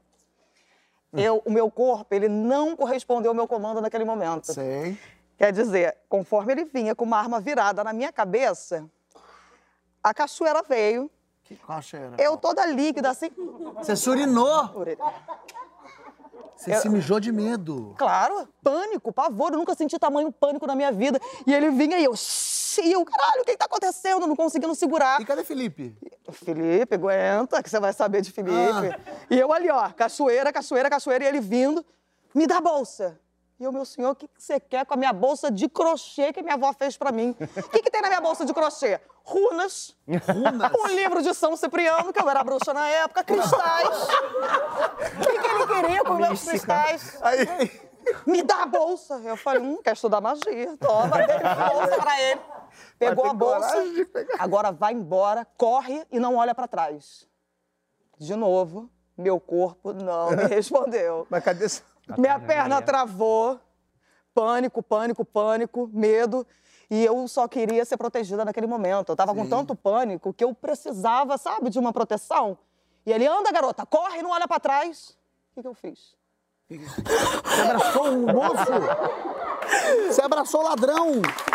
O meu corpo, ele não correspondeu ao meu comando naquele momento. Sei. Quer dizer, conforme ele vinha com uma arma virada na minha cabeça, a cachoeira veio. Qual cheira? Eu toda líquida, assim. Você se urinou. Você se mijou de medo. Claro, pânico, pavor. Eu nunca senti tamanho pânico na minha vida. E ele vinha e eu, caralho, o que tá acontecendo? Não conseguindo segurar. E cadê Felipe? Felipe, aguenta, que você vai saber de Felipe. E eu ali, ó, cachoeira, e ele vindo. Me dá a bolsa. E eu, meu senhor, o que você quer com a minha bolsa de crochê que minha avó fez pra mim? O que tem na minha bolsa de crochê? Runas. Runas? Um livro de São Cipriano, que eu era bruxa na época, cristais. O que ele queria com meus cristais? Aí. Me dá a bolsa. Eu falei, quer estudar magia. Toma, dei a bolsa pra ele. Pegou a bolsa. Agora vai embora, corre e não olha pra trás. De novo, meu corpo não me respondeu. Mas cadê... Minha perna travou. Pânico, medo. E eu só queria ser protegida naquele momento. Eu tava com tanto pânico que eu precisava, sabe, de uma proteção. E ele, anda, garota, corre, não olha pra trás. O que eu fiz? Você abraçou um moço? Você abraçou o ladrão?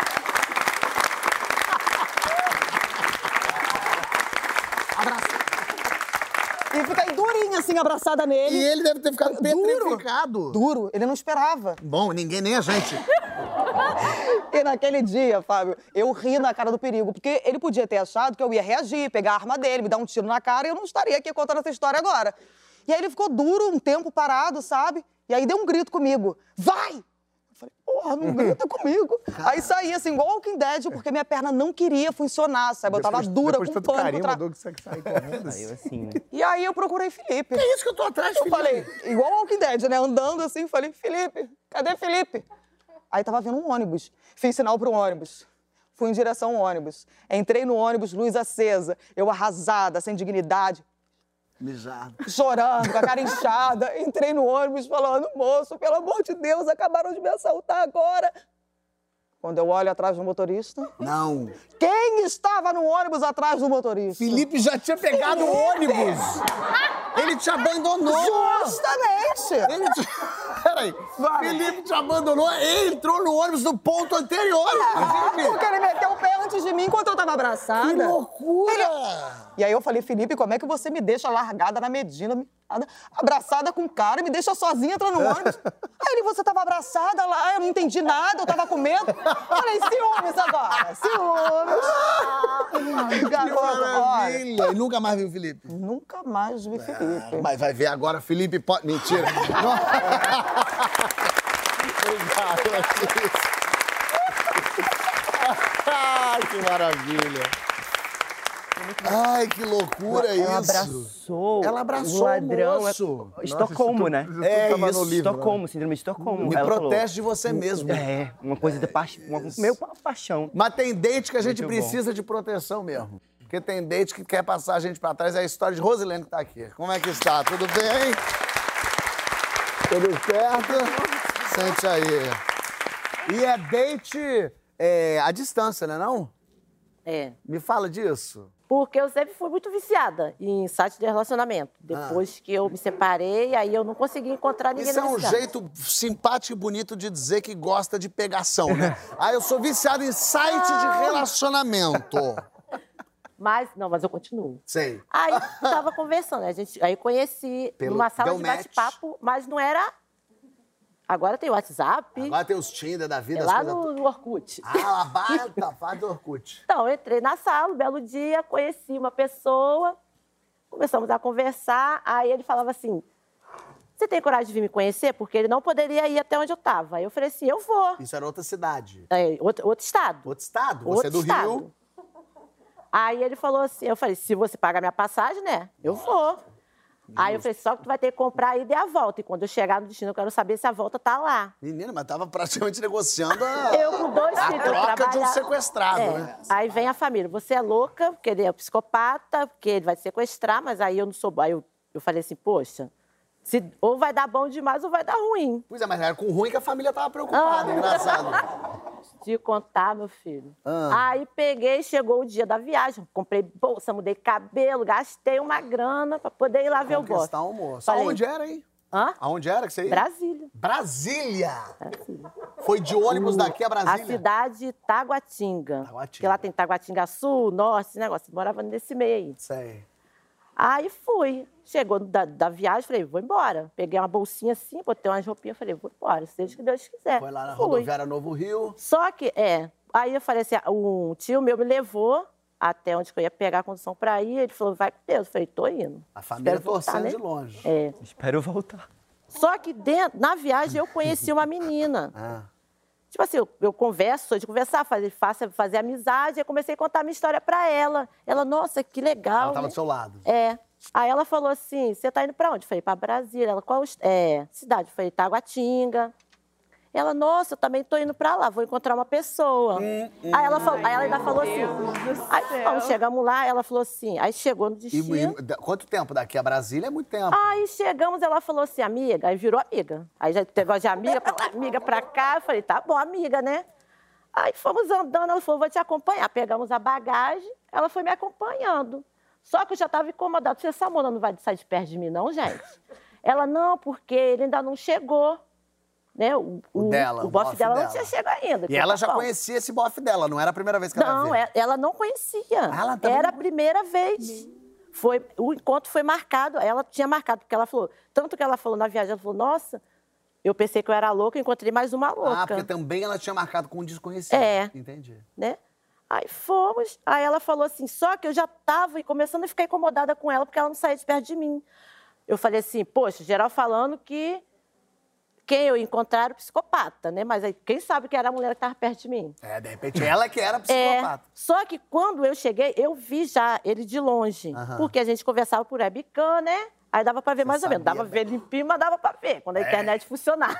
E fiquei durinha, assim, abraçada nele. E ele deve ter ficado petrificado. Duro, ele não esperava. Bom, ninguém, nem a gente. E naquele dia, Fábio, eu ri na cara do perigo, porque ele podia ter achado que eu ia reagir, pegar a arma dele, me dar um tiro na cara e eu não estaria aqui contando essa história agora. E aí ele ficou duro, um tempo parado, sabe? E aí deu um grito comigo, vai! Eu falei, porra, não grita comigo. Aí saí assim, igual Walking Dead, porque minha perna não queria funcionar, sabe? Eu tava dura, com tanto pânico. carinho, mandou que você sair correndo. Aí eu assim, né? E aí eu procurei Felipe. É isso que eu tô atrás, Eu Felipe. falei, igual Walking Dead, né? Andando assim, falei, Felipe, cadê Felipe? Aí tava vindo um ônibus. Fiz sinal pro ônibus. Fui em direção ao ônibus. Entrei no ônibus, luz acesa. Eu arrasada, sem dignidade, Mijado. chorando, com a cara inchada. Entrei no ônibus falando, moço, pelo amor de Deus, acabaram de me assaltar agora. Quando eu olho atrás do motorista, Não. quem estava no ônibus atrás do motorista? Felipe já tinha pegado o ônibus. Ele te abandonou. Justamente! Ele te... Peraí. Felipe te abandonou e entrou no ônibus do ponto anterior. Felipe. Porque ele meteu o pé antes de mim enquanto eu tava abraçada. Que loucura! E aí eu falei, Felipe, como é que você me deixa largada na Medina, abraçada com o cara e me deixa sozinha entrando no ônibus? Aí ele, você tava abraçada lá, eu não entendi nada, eu tava com medo. Falei, ciúmes agora, ciúmes. Que Garota, olha, maravilha! E nunca mais viu o Felipe? nunca mais vi Felipe. Mas vai ver agora, Felipe pode... Mentira. Ai, que maravilha. Ai, que loucura Ela isso. abraçou. Ela abraçou o ladrão. o moço. Estocolmo, né? É tava isso. no livro, Estocolmo, síndrome de Estocolmo. Me Ela falou. protege de você mesmo. É, uma coisa de paixão. Meio paixão. Mas tem date que a gente Muito bom. precisa de proteção mesmo. Porque tem date que quer passar a gente pra trás. É a história de Rosilene que tá aqui. Como é que está? Tudo bem? Tudo certo? Sente aí. E é date à distância, né não? É. Me fala disso. Porque eu sempre fui muito viciada em site de relacionamento. Depois que eu me separei, aí eu não consegui encontrar ninguém Isso é um nesse site. jeito simpático e bonito de dizer que gosta de pegação, né? Eu sou viciado em site de relacionamento. Mas eu continuo. Sei. Aí tava conversando, aí conheci numa sala deu de match. bate-papo, mas não era... Agora tem o WhatsApp, Agora tem os Tinder da vida. é as lá coisas- no Orkut. a barra do Orkut. Então, eu entrei na sala, um belo dia, conheci uma pessoa, começamos a conversar, aí ele falava assim, você tem coragem de vir me conhecer? Porque ele não poderia ir até onde eu estava. Aí eu falei assim, eu vou. Isso era outra cidade. Outro estado. Outro estado? Você Outro é do estado. Rio? Aí ele falou assim, eu falei, se você pagar minha passagem, né, eu vou. Aí eu falei, só que tu vai ter que comprar a ida e a volta. E quando eu chegar no destino, eu quero saber se a volta tá lá. Menina, mas tava praticamente negociando Eu com 2 a filhos, eu troca de um trabalhava- sequestrado, É. né? Aí vem a família, você é louca, porque ele é psicopata, porque ele vai te sequestrar, mas aí eu não sou... Aí eu falei assim, poxa, ou vai dar bom demais ou vai dar ruim. Pois é, mas era com ruim que a família tava preocupada, engraçado. De contar, meu filho. Aí peguei, chegou o dia da viagem, comprei bolsa, mudei cabelo, gastei uma grana pra poder ir lá ver o bofe. Conquistar o moço. Falei, Aonde era, hein? Hã? Aonde era que você ia? Brasília. Brasília! Brasília. Foi de ônibus daqui a A Brasília? cidade Taguatinga. Porque lá tem Taguatinga Sul, Norte, esse negócio. Eu morava nesse meio aí. Sei. Aí fui. Chegou da viagem, falei, vou embora. Peguei uma bolsinha assim, botei umas roupinhas, falei, vou embora, seja o que Deus quiser. Foi lá na Fui. rodoviária Novo Rio. Só que, aí eu falei assim, um tio meu me levou até onde eu ia pegar a condução pra ir, ele falou, vai com Deus. Eu falei, tô indo. A família Espero voltar, torcendo né? de longe. É. Espero voltar. Só que na viagem eu conheci uma menina. Tipo assim, eu converso, sou de conversar, fazer amizade, eu comecei a contar a minha história pra ela. Ela, nossa, que legal. Ela tava né? do seu lado. É. Aí ela falou assim, você tá indo pra onde? Eu falei, pra Brasília. Ela, qual cidade? Eu falei, Taguatinga. Ela, nossa, eu também tô indo pra lá, vou encontrar uma pessoa. Aí ela ainda falou assim. Aí chegamos lá, ela falou assim, aí chegou no destino. Quanto tempo daqui a Brasília? É muito tempo. Aí chegamos, ela falou assim, amiga, aí virou amiga. Aí já teve de amiga pra lá, amiga pra cá. Eu falei, tá bom, amiga, né? Aí fomos andando, ela falou, vou te acompanhar. Pegamos a bagagem, ela foi me acompanhando. Só que eu já estava incomodada. Falei, essa mona não vai sair de perto de mim, não, gente? Ela, não, porque ele ainda não chegou. Né? O bofe dela não tinha chegado ainda. E ela já conhecia esse bofe dela, não era a primeira vez que ela Não, via? ela não conhecia. Ela também Era a primeira vez. O encontro foi marcado, ela tinha marcado, porque ela falou, tanto que ela falou na viagem, ela falou, nossa, eu pensei que eu era louca, eu encontrei mais uma louca. porque também ela tinha marcado com um desconhecido. É. Entendi. Né? Aí fomos, aí ela falou assim, só que eu já estava começando a ficar incomodada com ela, porque ela não saía de perto de mim. Eu falei assim, poxa, geral falando que quem eu encontrar era o psicopata, né? Mas aí, quem sabe que era a mulher que estava perto de mim? De repente ela que era psicopata. Só que quando eu cheguei, eu vi já ele de longe, porque a gente conversava por webcam, né? Aí dava para ver mais ou menos. Dava para ver limpinho, mas dava para ver, quando a internet funcionava.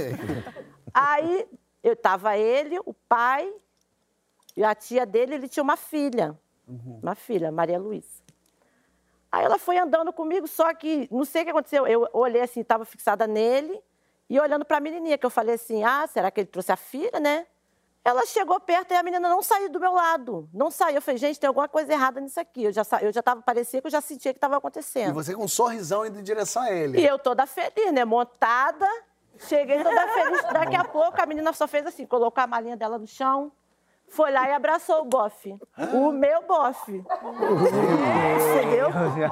Aí, tava ele, o pai... E a tia dele, ele tinha uma filha. Uma filha, Maria Luísa. Aí ela foi andando comigo, só que não sei o que aconteceu. Eu olhei assim, estava fixada nele e olhando para a menininha, que eu falei assim, será que ele trouxe a filha, né? Ela chegou perto e a menina não saiu do meu lado. Não saiu. Eu falei, gente, tem alguma coisa errada nisso aqui. Eu já tava, parecia que eu já sentia que estava acontecendo. E você com um sorrisão indo em direção a ele. E eu toda feliz, né? Montada. Cheguei toda feliz. Daqui a pouco a menina só fez assim, colocou a malinha dela no chão. Foi lá e abraçou o bofe. O meu bofe. Entendeu?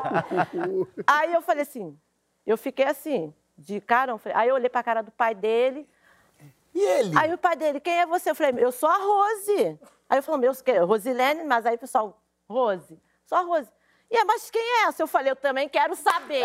Aí eu falei assim, eu fiquei assim, de carão. Aí eu olhei pra cara do pai dele. E ele? Aí o pai dele, quem é você? Eu falei, eu sou a Rose. Aí eu falei, Rosilene, mas aí o pessoal, Rose. Sou a Rose. Mas quem é essa? Eu falei, eu também quero saber.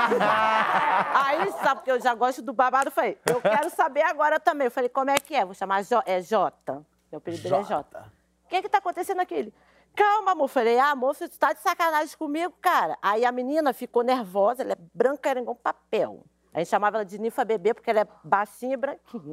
Aí, sabe, porque eu já gosto do babado, eu falei, eu quero saber agora também. Eu falei, como é que é? Vou chamar Jota. Meu apelido dele é Jota. O que tá acontecendo aqui? Ele, calma, amor. Eu falei, amor, você tá de sacanagem comigo, cara. Aí a menina ficou nervosa, ela é branca, era igual papel. A gente chamava ela de Ninfa Bebê, porque ela é baixinha e branquinha.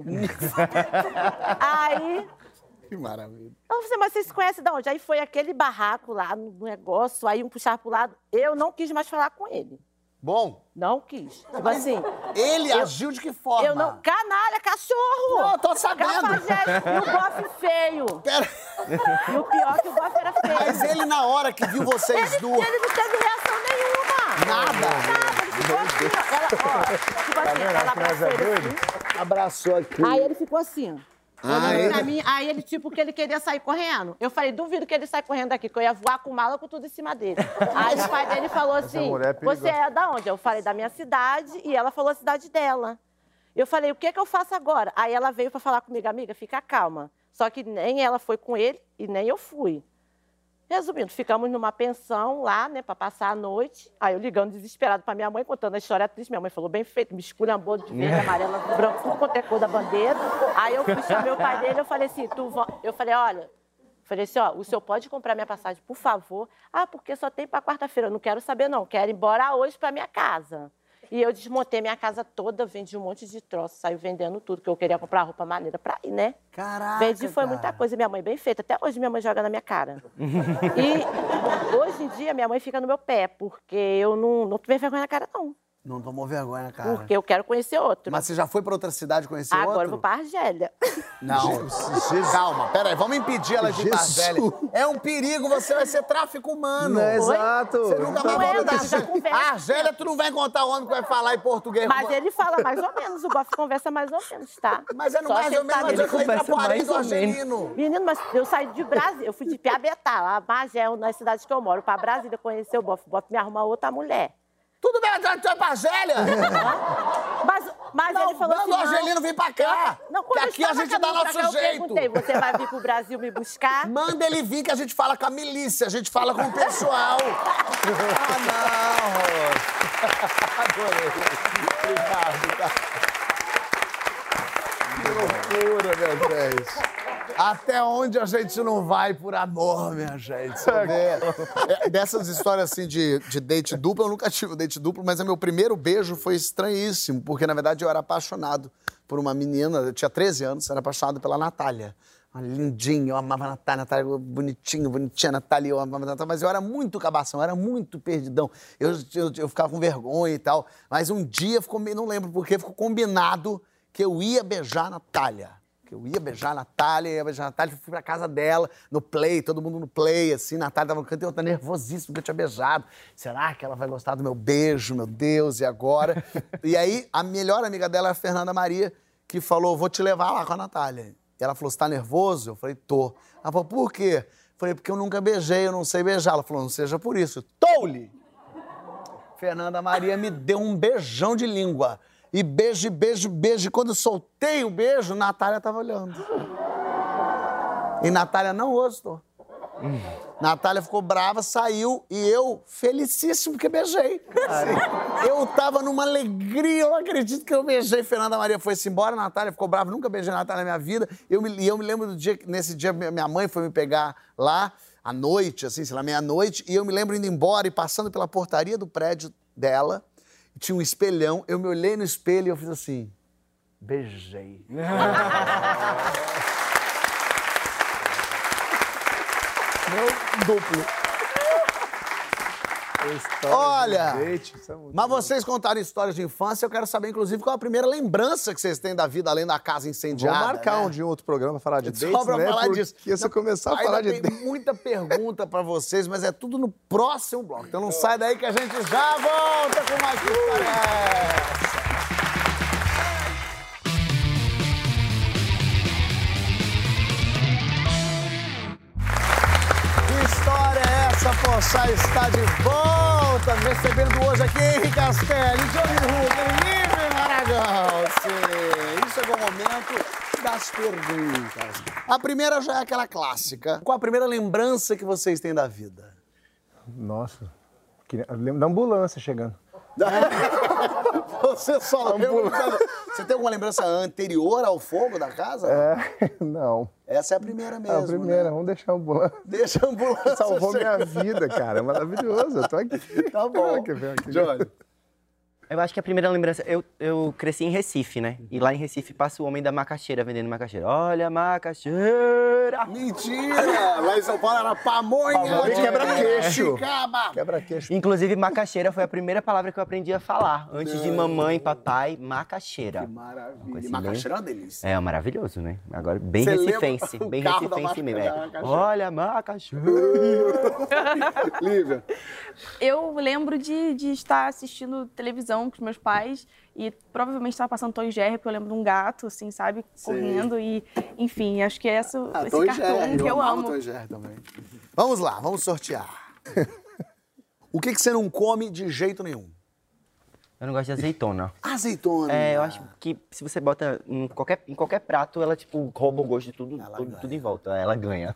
Aí... Que maravilha. Eu falei, mas vocês se conhecem de onde? Aí foi aquele barraco lá no negócio, aí um puxava pro lado. Eu não quis mais falar com ele. Bom. Não quis. Tipo assim... Ele agiu de que forma? Eu não... Canalha, cachorro! Não, eu tô sabendo. Cafajeste e o bofe feio. Pera... E o pior é que o Boff era feio. Mas ele, na hora que viu vocês duas... Ele não teve reação nenhuma. Nada. Ele ficou assim, ó. Tipo assim, ela abraçou ele assim. Abraçou aqui. Aí ele ficou assim, ó. Olhando ele- pra mim, aí ele, tipo, que ele queria sair correndo. Eu falei, duvido que ele saia correndo daqui, que eu ia voar com mala com tudo em cima dele. Aí o pai dele falou assim, mulher é perigosa. você é da onde? Eu falei, da minha cidade, e ela falou a cidade dela. Eu falei, o que que eu faço agora? Aí ela veio pra falar comigo, amiga, fica calma. Só que nem ela foi com ele e nem eu fui. Resumindo, ficamos numa pensão lá, né, pra passar a noite. Aí eu ligando desesperado pra minha mãe, contando a história triste. Minha mãe falou, bem feito, me esculhambou de verde, amarela, branco, tudo quanto é cor da bandeira. Aí eu fui chamar o pai dele, eu falei assim, eu falei, olha, o senhor pode comprar minha passagem, por favor? Ah, porque só tem pra quarta-feira, eu não quero saber não, quero ir embora hoje pra minha casa. E eu desmontei minha casa toda, vendi um monte de troço, saí vendendo tudo, que eu queria comprar roupa maneira pra ir, né? Caraca, Vendi, foi cara. muita coisa. Minha mãe bem feita. Até hoje minha mãe joga na minha cara. E hoje em dia minha mãe fica no meu pé, porque eu não tomei vergonha na cara, não. Não tomou vergonha, cara. Porque eu quero conhecer outro. Mas você já foi pra outra cidade conhecer outro? Agora eu vou pra Argélia. Não. Calma, peraí, vamos impedir ela de ir pra Argélia. É um perigo, você vai ser tráfico humano. Não é exato. Você nunca Não vai é, voltar. você já conversa. A Argélia, tu não vai encontrar homem que vai falar em português. Mas ele fala mais ou menos, o Boff conversa mais ou menos, tá? Mas é no Só mais ou sentar menos, nele. eu fui pra conversa Poarém mais do ou menos. Argelino. Menino, mas eu saí de Brasília, eu fui de Piabetá, lá, Magé, na cidade que eu moro, pra Brasília conhecer o Boff. O Boff me arruma outra mulher. Tudo bem, tu vai pra Argélia? Mas Não, ele falou manda assim, o Argelino vir pra cá. Não, Que quando eu aqui a estava gente dá caminhando pra nosso cá, jeito. Eu perguntei, você vai vir pro Brasil me buscar? Manda ele vir que a gente fala com a milícia, a gente fala com o pessoal. Ah, não, Rosa. Adorei. Obrigado, cara. Que loucura, minha gente. Até onde a gente não vai por amor, minha gente. Você vê? Dessas histórias assim de date duplo, eu nunca tive date duplo, mas o meu primeiro beijo foi estranhíssimo, porque na verdade eu era apaixonado por uma menina, eu tinha 13 anos, era apaixonado pela Natália. Uma lindinha, eu amava a Natália, bonitinha a Natália, eu amava a Natália, mas eu era muito cabação, eu era muito perdidão. Eu ficava com vergonha e tal, mas um dia, não lembro porquê, ficou combinado que eu ia beijar a Natália. Que eu ia beijar a Natália, fui pra casa dela, no play, todo mundo no play, assim, Natália tava no canto e eu tava nervosíssimo porque eu tinha beijado. Será que ela vai gostar do meu beijo, meu Deus, e agora? E aí, a melhor amiga dela, a Fernanda Maria, que falou, vou te levar lá com a Natália. E ela falou, você tá nervoso? Eu falei, tô. Ela falou, por quê? Eu falei, porque eu nunca beijei, eu não sei beijar. Ela falou, não seja por isso. Tô-lhe! Fernanda Maria me deu um beijão de língua. E beijo, beijo, beijo. E quando eu soltei o beijo, Natália tava olhando. E Natália não gostou. Natália ficou brava, saiu e eu, felicíssimo, porque beijei. Eu tava numa alegria, eu não acredito que eu beijei. Fernanda Maria foi-se embora, Natália ficou brava, nunca beijei Natália na minha vida. E eu me lembro do dia, nesse dia minha mãe foi me pegar lá, à noite, assim, sei lá, meia-noite, e eu me lembro indo embora e passando pela portaria do prédio dela, tinha um espelhão, eu me olhei no espelho e eu fiz assim, beijei. Meu duplo. Olha, mas vocês contaram histórias de infância, eu quero saber, inclusive, qual a primeira lembrança que vocês têm da vida, além da casa incendiada. Vamos marcar né? um de outro programa pra falar de dates, Só pra né? falar Porque disso. se eu começar a falar de Ainda dates... tem muita pergunta pra vocês, mas é tudo no próximo bloco. Então não sai daí que a gente já volta com mais história essa. Poxa, está de volta, recebendo hoje aqui Henrique Castelli, Johnny Hugo, Lívia Maragão. Sim, chegou o momento das perguntas. A primeira já é aquela clássica. Qual a primeira lembrança que vocês têm da vida? Nossa, eu lembro da ambulância chegando. Você só lembra? Você tem alguma lembrança anterior ao fogo da casa? Não. Essa é a primeira mesmo, É a primeira, né? vamos deixar a ambulância. Deixa a ambulância. Salvou chegar. minha vida, cara. Maravilhoso. Eu tô aqui. Tá bom. Johnny. Eu acho que a primeira lembrança... Eu cresci em Recife, né? E lá em Recife passa o homem da macaxeira vendendo macaxeira. Olha a macaxeira! macaxeira. Mentira! Lá em São Paulo era pamonha. Pamonha e quebra-queixo. Picaba. Quebra-queixo. Inclusive, macaxeira foi a primeira palavra que eu aprendi a falar. Antes de mamãe, papai, macaxeira. Que maravilha. Coisa E macaxeira é uma delícia. É maravilhoso, né? Agora, bem Você recifense. lembra Bem o carro da recifense mesmo. macaxeira? Olha, macaxeira. Lívia. Eu lembro de estar assistindo televisão com os meus pais e provavelmente estava passando Tom e Jerry, porque eu lembro de um gato, assim, sabe? Correndo e, enfim, acho que é esse Tom e cartoon Jerry, que eu amava amo. Tom e Jerry também. Vamos lá, vamos sortear. O que você não come de jeito nenhum? Eu não gosto de azeitona. Azeitona. É, eu acho que se você bota em qualquer prato, ela, tipo, rouba o gosto de tudo, tudo em volta. Ela ganha.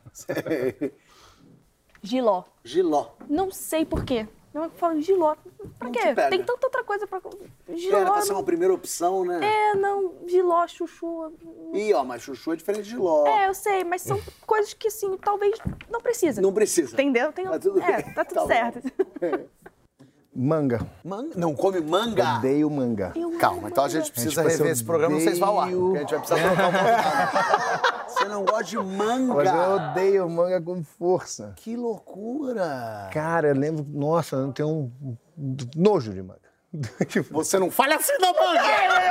Giló. Giló. Não sei por quê. Eu falo giló. Pra Não quê? te pega. Tem tanta outra coisa pra... Giló. Era pra ser uma primeira opção, né? É, não, giló, chuchu. Ih, ó, mas chuchu é diferente de giló. É, eu sei, mas são coisas que, assim, talvez não precisa. Não precisa. Entendeu? Tem... Tá tudo bem. tá tudo Tá bom. certo. Manga. Manga? Não come manga? Odeio manga. Calma, então a gente precisa Gente, rever esse programa, não sei se vai ao ar. Porque a gente vai precisar trocar o convidado. Você não gosta de manga? Mas eu odeio manga com força. Que loucura! Cara, eu lembro... Nossa, eu tenho um nojo de manga. Você não fala assim da manga!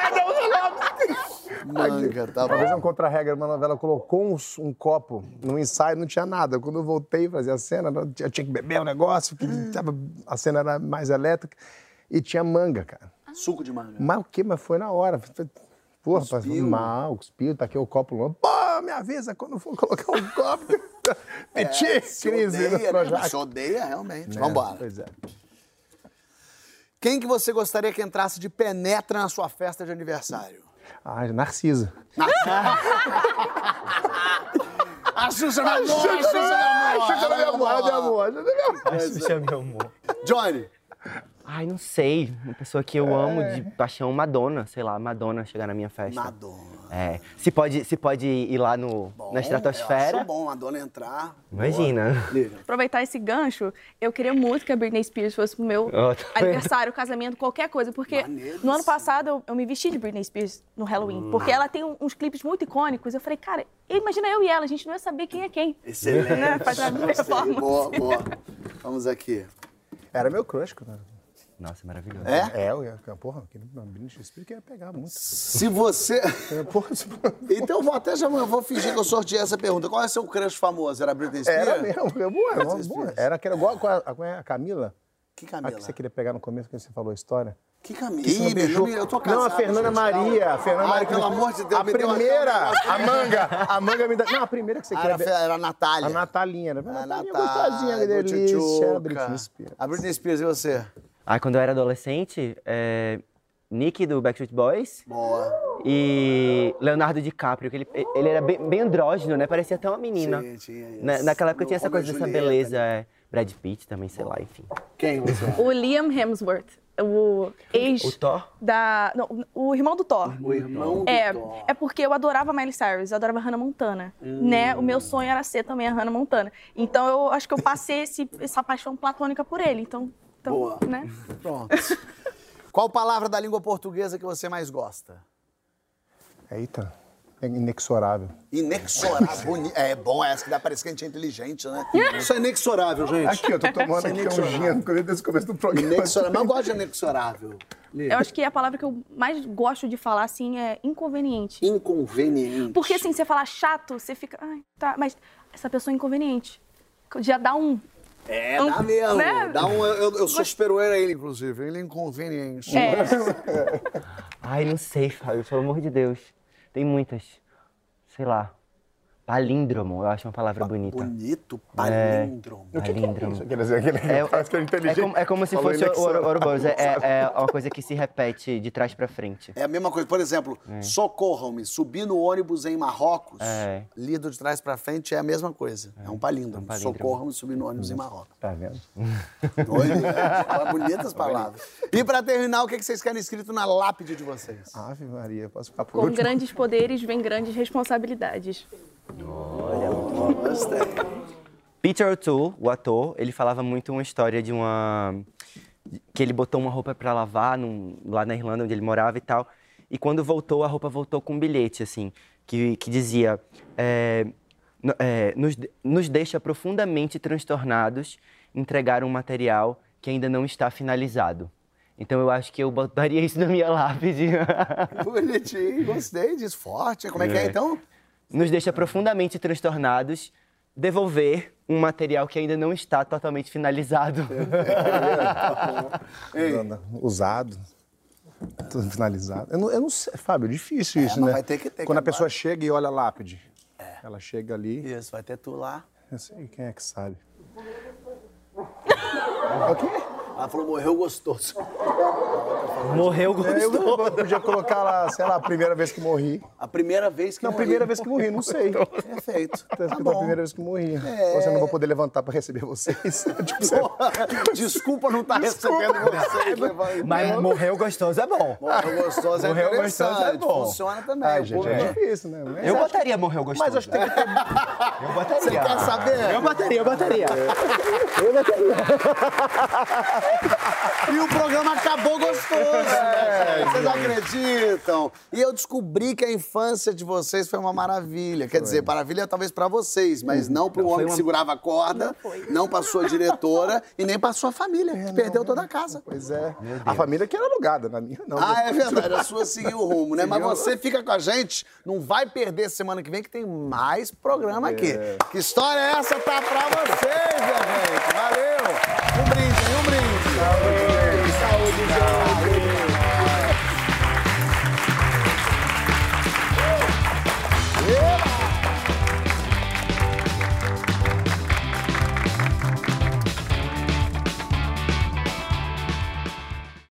Manga, tá Uma vez bom. um contra-regra, uma novela colocou um copo no ensaio, não tinha nada. Quando eu voltei a fazer a cena, eu tinha que beber o negócio, que a cena era mais elétrica, e tinha manga, cara. Suco de manga. Mas o quê? Mas foi na hora. Porra, Cuspiu. passou mal, cuspiu, taquei o copo longe. Pô, me avisa quando for colocar o copo. Peti, Você crise odeia, no né? Projac. Você odeia, realmente. É, Vambora. Pois é. Quem que você gostaria que entrasse de penetra na sua festa de aniversário? Ah, Narcisa. A Xuxa na amor, a Xuxa na amor. Xuxa na minha amor, de amor. Xuxa, meu amor. Johnny. Ai, não sei. Uma pessoa que eu amo de paixão, Madonna. Sei lá, Madonna chegar na minha festa. Madonna. É. Se pode ir lá na estratosfera. Eu acho bom a Madonna entrar. Imagina. Aproveitar esse gancho, eu queria muito que a Britney Spears fosse pro meu Ó, tá vendo? aniversário, casamento, qualquer coisa. Porque no ano passado eu me vesti de Britney Spears no Halloween. Porque ela tem uns clipes muito icônicos. Eu falei, cara, imagina eu e ela, a gente não ia saber quem é quem. Excelente. Né? Faz a performance. Boa, boa. Vamos aqui. Era meu crush, cara. Nossa, maravilhoso. É? Eu ia, porra, aquele Britney Spears que ia pegar muito. Se você... Porra, Então eu vou até já vou fingir que eu sorteei essa pergunta. Qual é o seu crush famoso? Era a Britney Spears? era mesmo, boa. Era aquela igual a Camila. Que A Camila? que você queria pegar no começo, que você falou a história. Que Camila? Que você não beijou. Eu tô casado. Não, a Fernanda gente, Maria. calma. A Fernanda Ai, Maria. pelo amor de Deus, A me deu primeira, até um a manga. A manga me dá... Não, a primeira que você queria... Era a Natália. A Natalinha. Era A Natalinha Natália, gostosinha, que delícia. A Britney Spears. A Britney Spears, e você? Ai, quando eu era adolescente, Nick do Backstreet Boys. Boa. E Leonardo DiCaprio, que ele era bem andrógeno, né? Parecia até uma menina. Tinha isso. Naquela época tinha essa Romeo coisa e dessa Julieta, beleza. né? Brad Pitt também, sei lá, enfim. Quem você? O Liam Hemsworth, o ex O Thor? Não, o irmão do Thor. O irmão do Thor. É porque eu adorava Miley Cyrus, eu adorava Hannah Montana, né? O meu sonho era ser também a Hannah Montana. Então eu acho que eu passei essa paixão platônica por ele. Então Boa. né? Pronto. Qual palavra da língua portuguesa que você mais gosta? Eita, é inexorável. Inexorável. É bom essa, que dá parece que a gente é inteligente, né? Isso é inexorável, gente. Aqui, eu tô tomando aqui um gin desde o começo do programa. Inexorável. Mas eu gosto de inexorável. Eu acho que a palavra que eu mais gosto de falar, assim, é inconveniente. Inconveniente. Porque, assim, você falar chato, você fica... Ai, tá, mas essa pessoa é inconveniente. Já dá um... Dá mesmo. Né? Dá um, eu sou superior a ele, inclusive. Ele é inconveniente. Ai, não sei, Fábio, pelo amor de Deus. Tem muitas. Sei lá. Palíndromo, eu acho uma palavra bonita. Bonito, palíndromo. Palíndromo. Quer dizer, aquele faz que é inteligente. É como se Falou fosse inexorável. Ouroboros. É uma coisa que se repete de trás pra frente. É a mesma coisa. Por exemplo, socorram-me, subir no ônibus em Marrocos, É. lido de trás pra frente, é a mesma coisa. É um palíndromo. palíndromo. Socorram-me, subir no ônibus em Marrocos. Tá vendo? Olha, bonitas palavras. E pra terminar, o que vocês querem escrito na lápide de vocês? Ave Maria, posso ficar por Com último? grandes poderes vem grandes responsabilidades. Gostei. Peter O'Toole, o ator, ele falava muito uma história de que ele botou uma roupa pra lavar lá na Irlanda, onde ele morava e tal. E quando voltou, a roupa voltou com um bilhete, assim, que dizia... nos deixa profundamente transtornados entregar um material que ainda não está finalizado. Então eu acho que eu botaria isso na minha lápide. Bonitinho, gostei disso. Forte. Como é que é, então? Nos deixa profundamente transtornados devolver um material que ainda não está totalmente finalizado. Usado. Tudo finalizado. Eu não sei, Fábio, é difícil isso, né? Vai ter que ter. Quando a pessoa chega e olha a lápide. Ela chega ali. Isso, vai ter tu lá. Eu sei quem é que sabe. O quê? Ela falou, morreu gostoso. Morreu gostoso. Eu podia colocar lá, sei lá, a primeira vez que morri. A primeira vez que Não, primeira vez que morri, não sei. Perfeito. Tá escrito a primeira vez que morri. Ou seja, eu não vou poder levantar pra receber vocês. Desculpa não estar recebendo vocês. Mas morreu gostoso é bom. Morreu gostoso é Morreu interessante. gostoso é bom. Funciona também. Ai, gente, é difícil, né? Mas Eu botaria morreu gostoso. Mas acho que tem que ter... Eu botaria. Você quer saber? Eu botaria. E o programa acabou gostoso. Vocês acreditam? E eu descobri que a infância de vocês foi uma maravilha. Quer dizer, maravilha talvez pra vocês, mas não pro homem que segurava a corda, não pra sua diretora e nem pra sua família, que perdeu toda a casa. Pois é. A família que era alugada, na minha não. Ah, é verdade. A sua seguiu o rumo, né? Mas você fica com a gente, não vai perder semana que vem que tem mais programa aqui. Que história é essa? Tá pra vocês, minha gente. Valeu. Um brinde. Saúde, gente.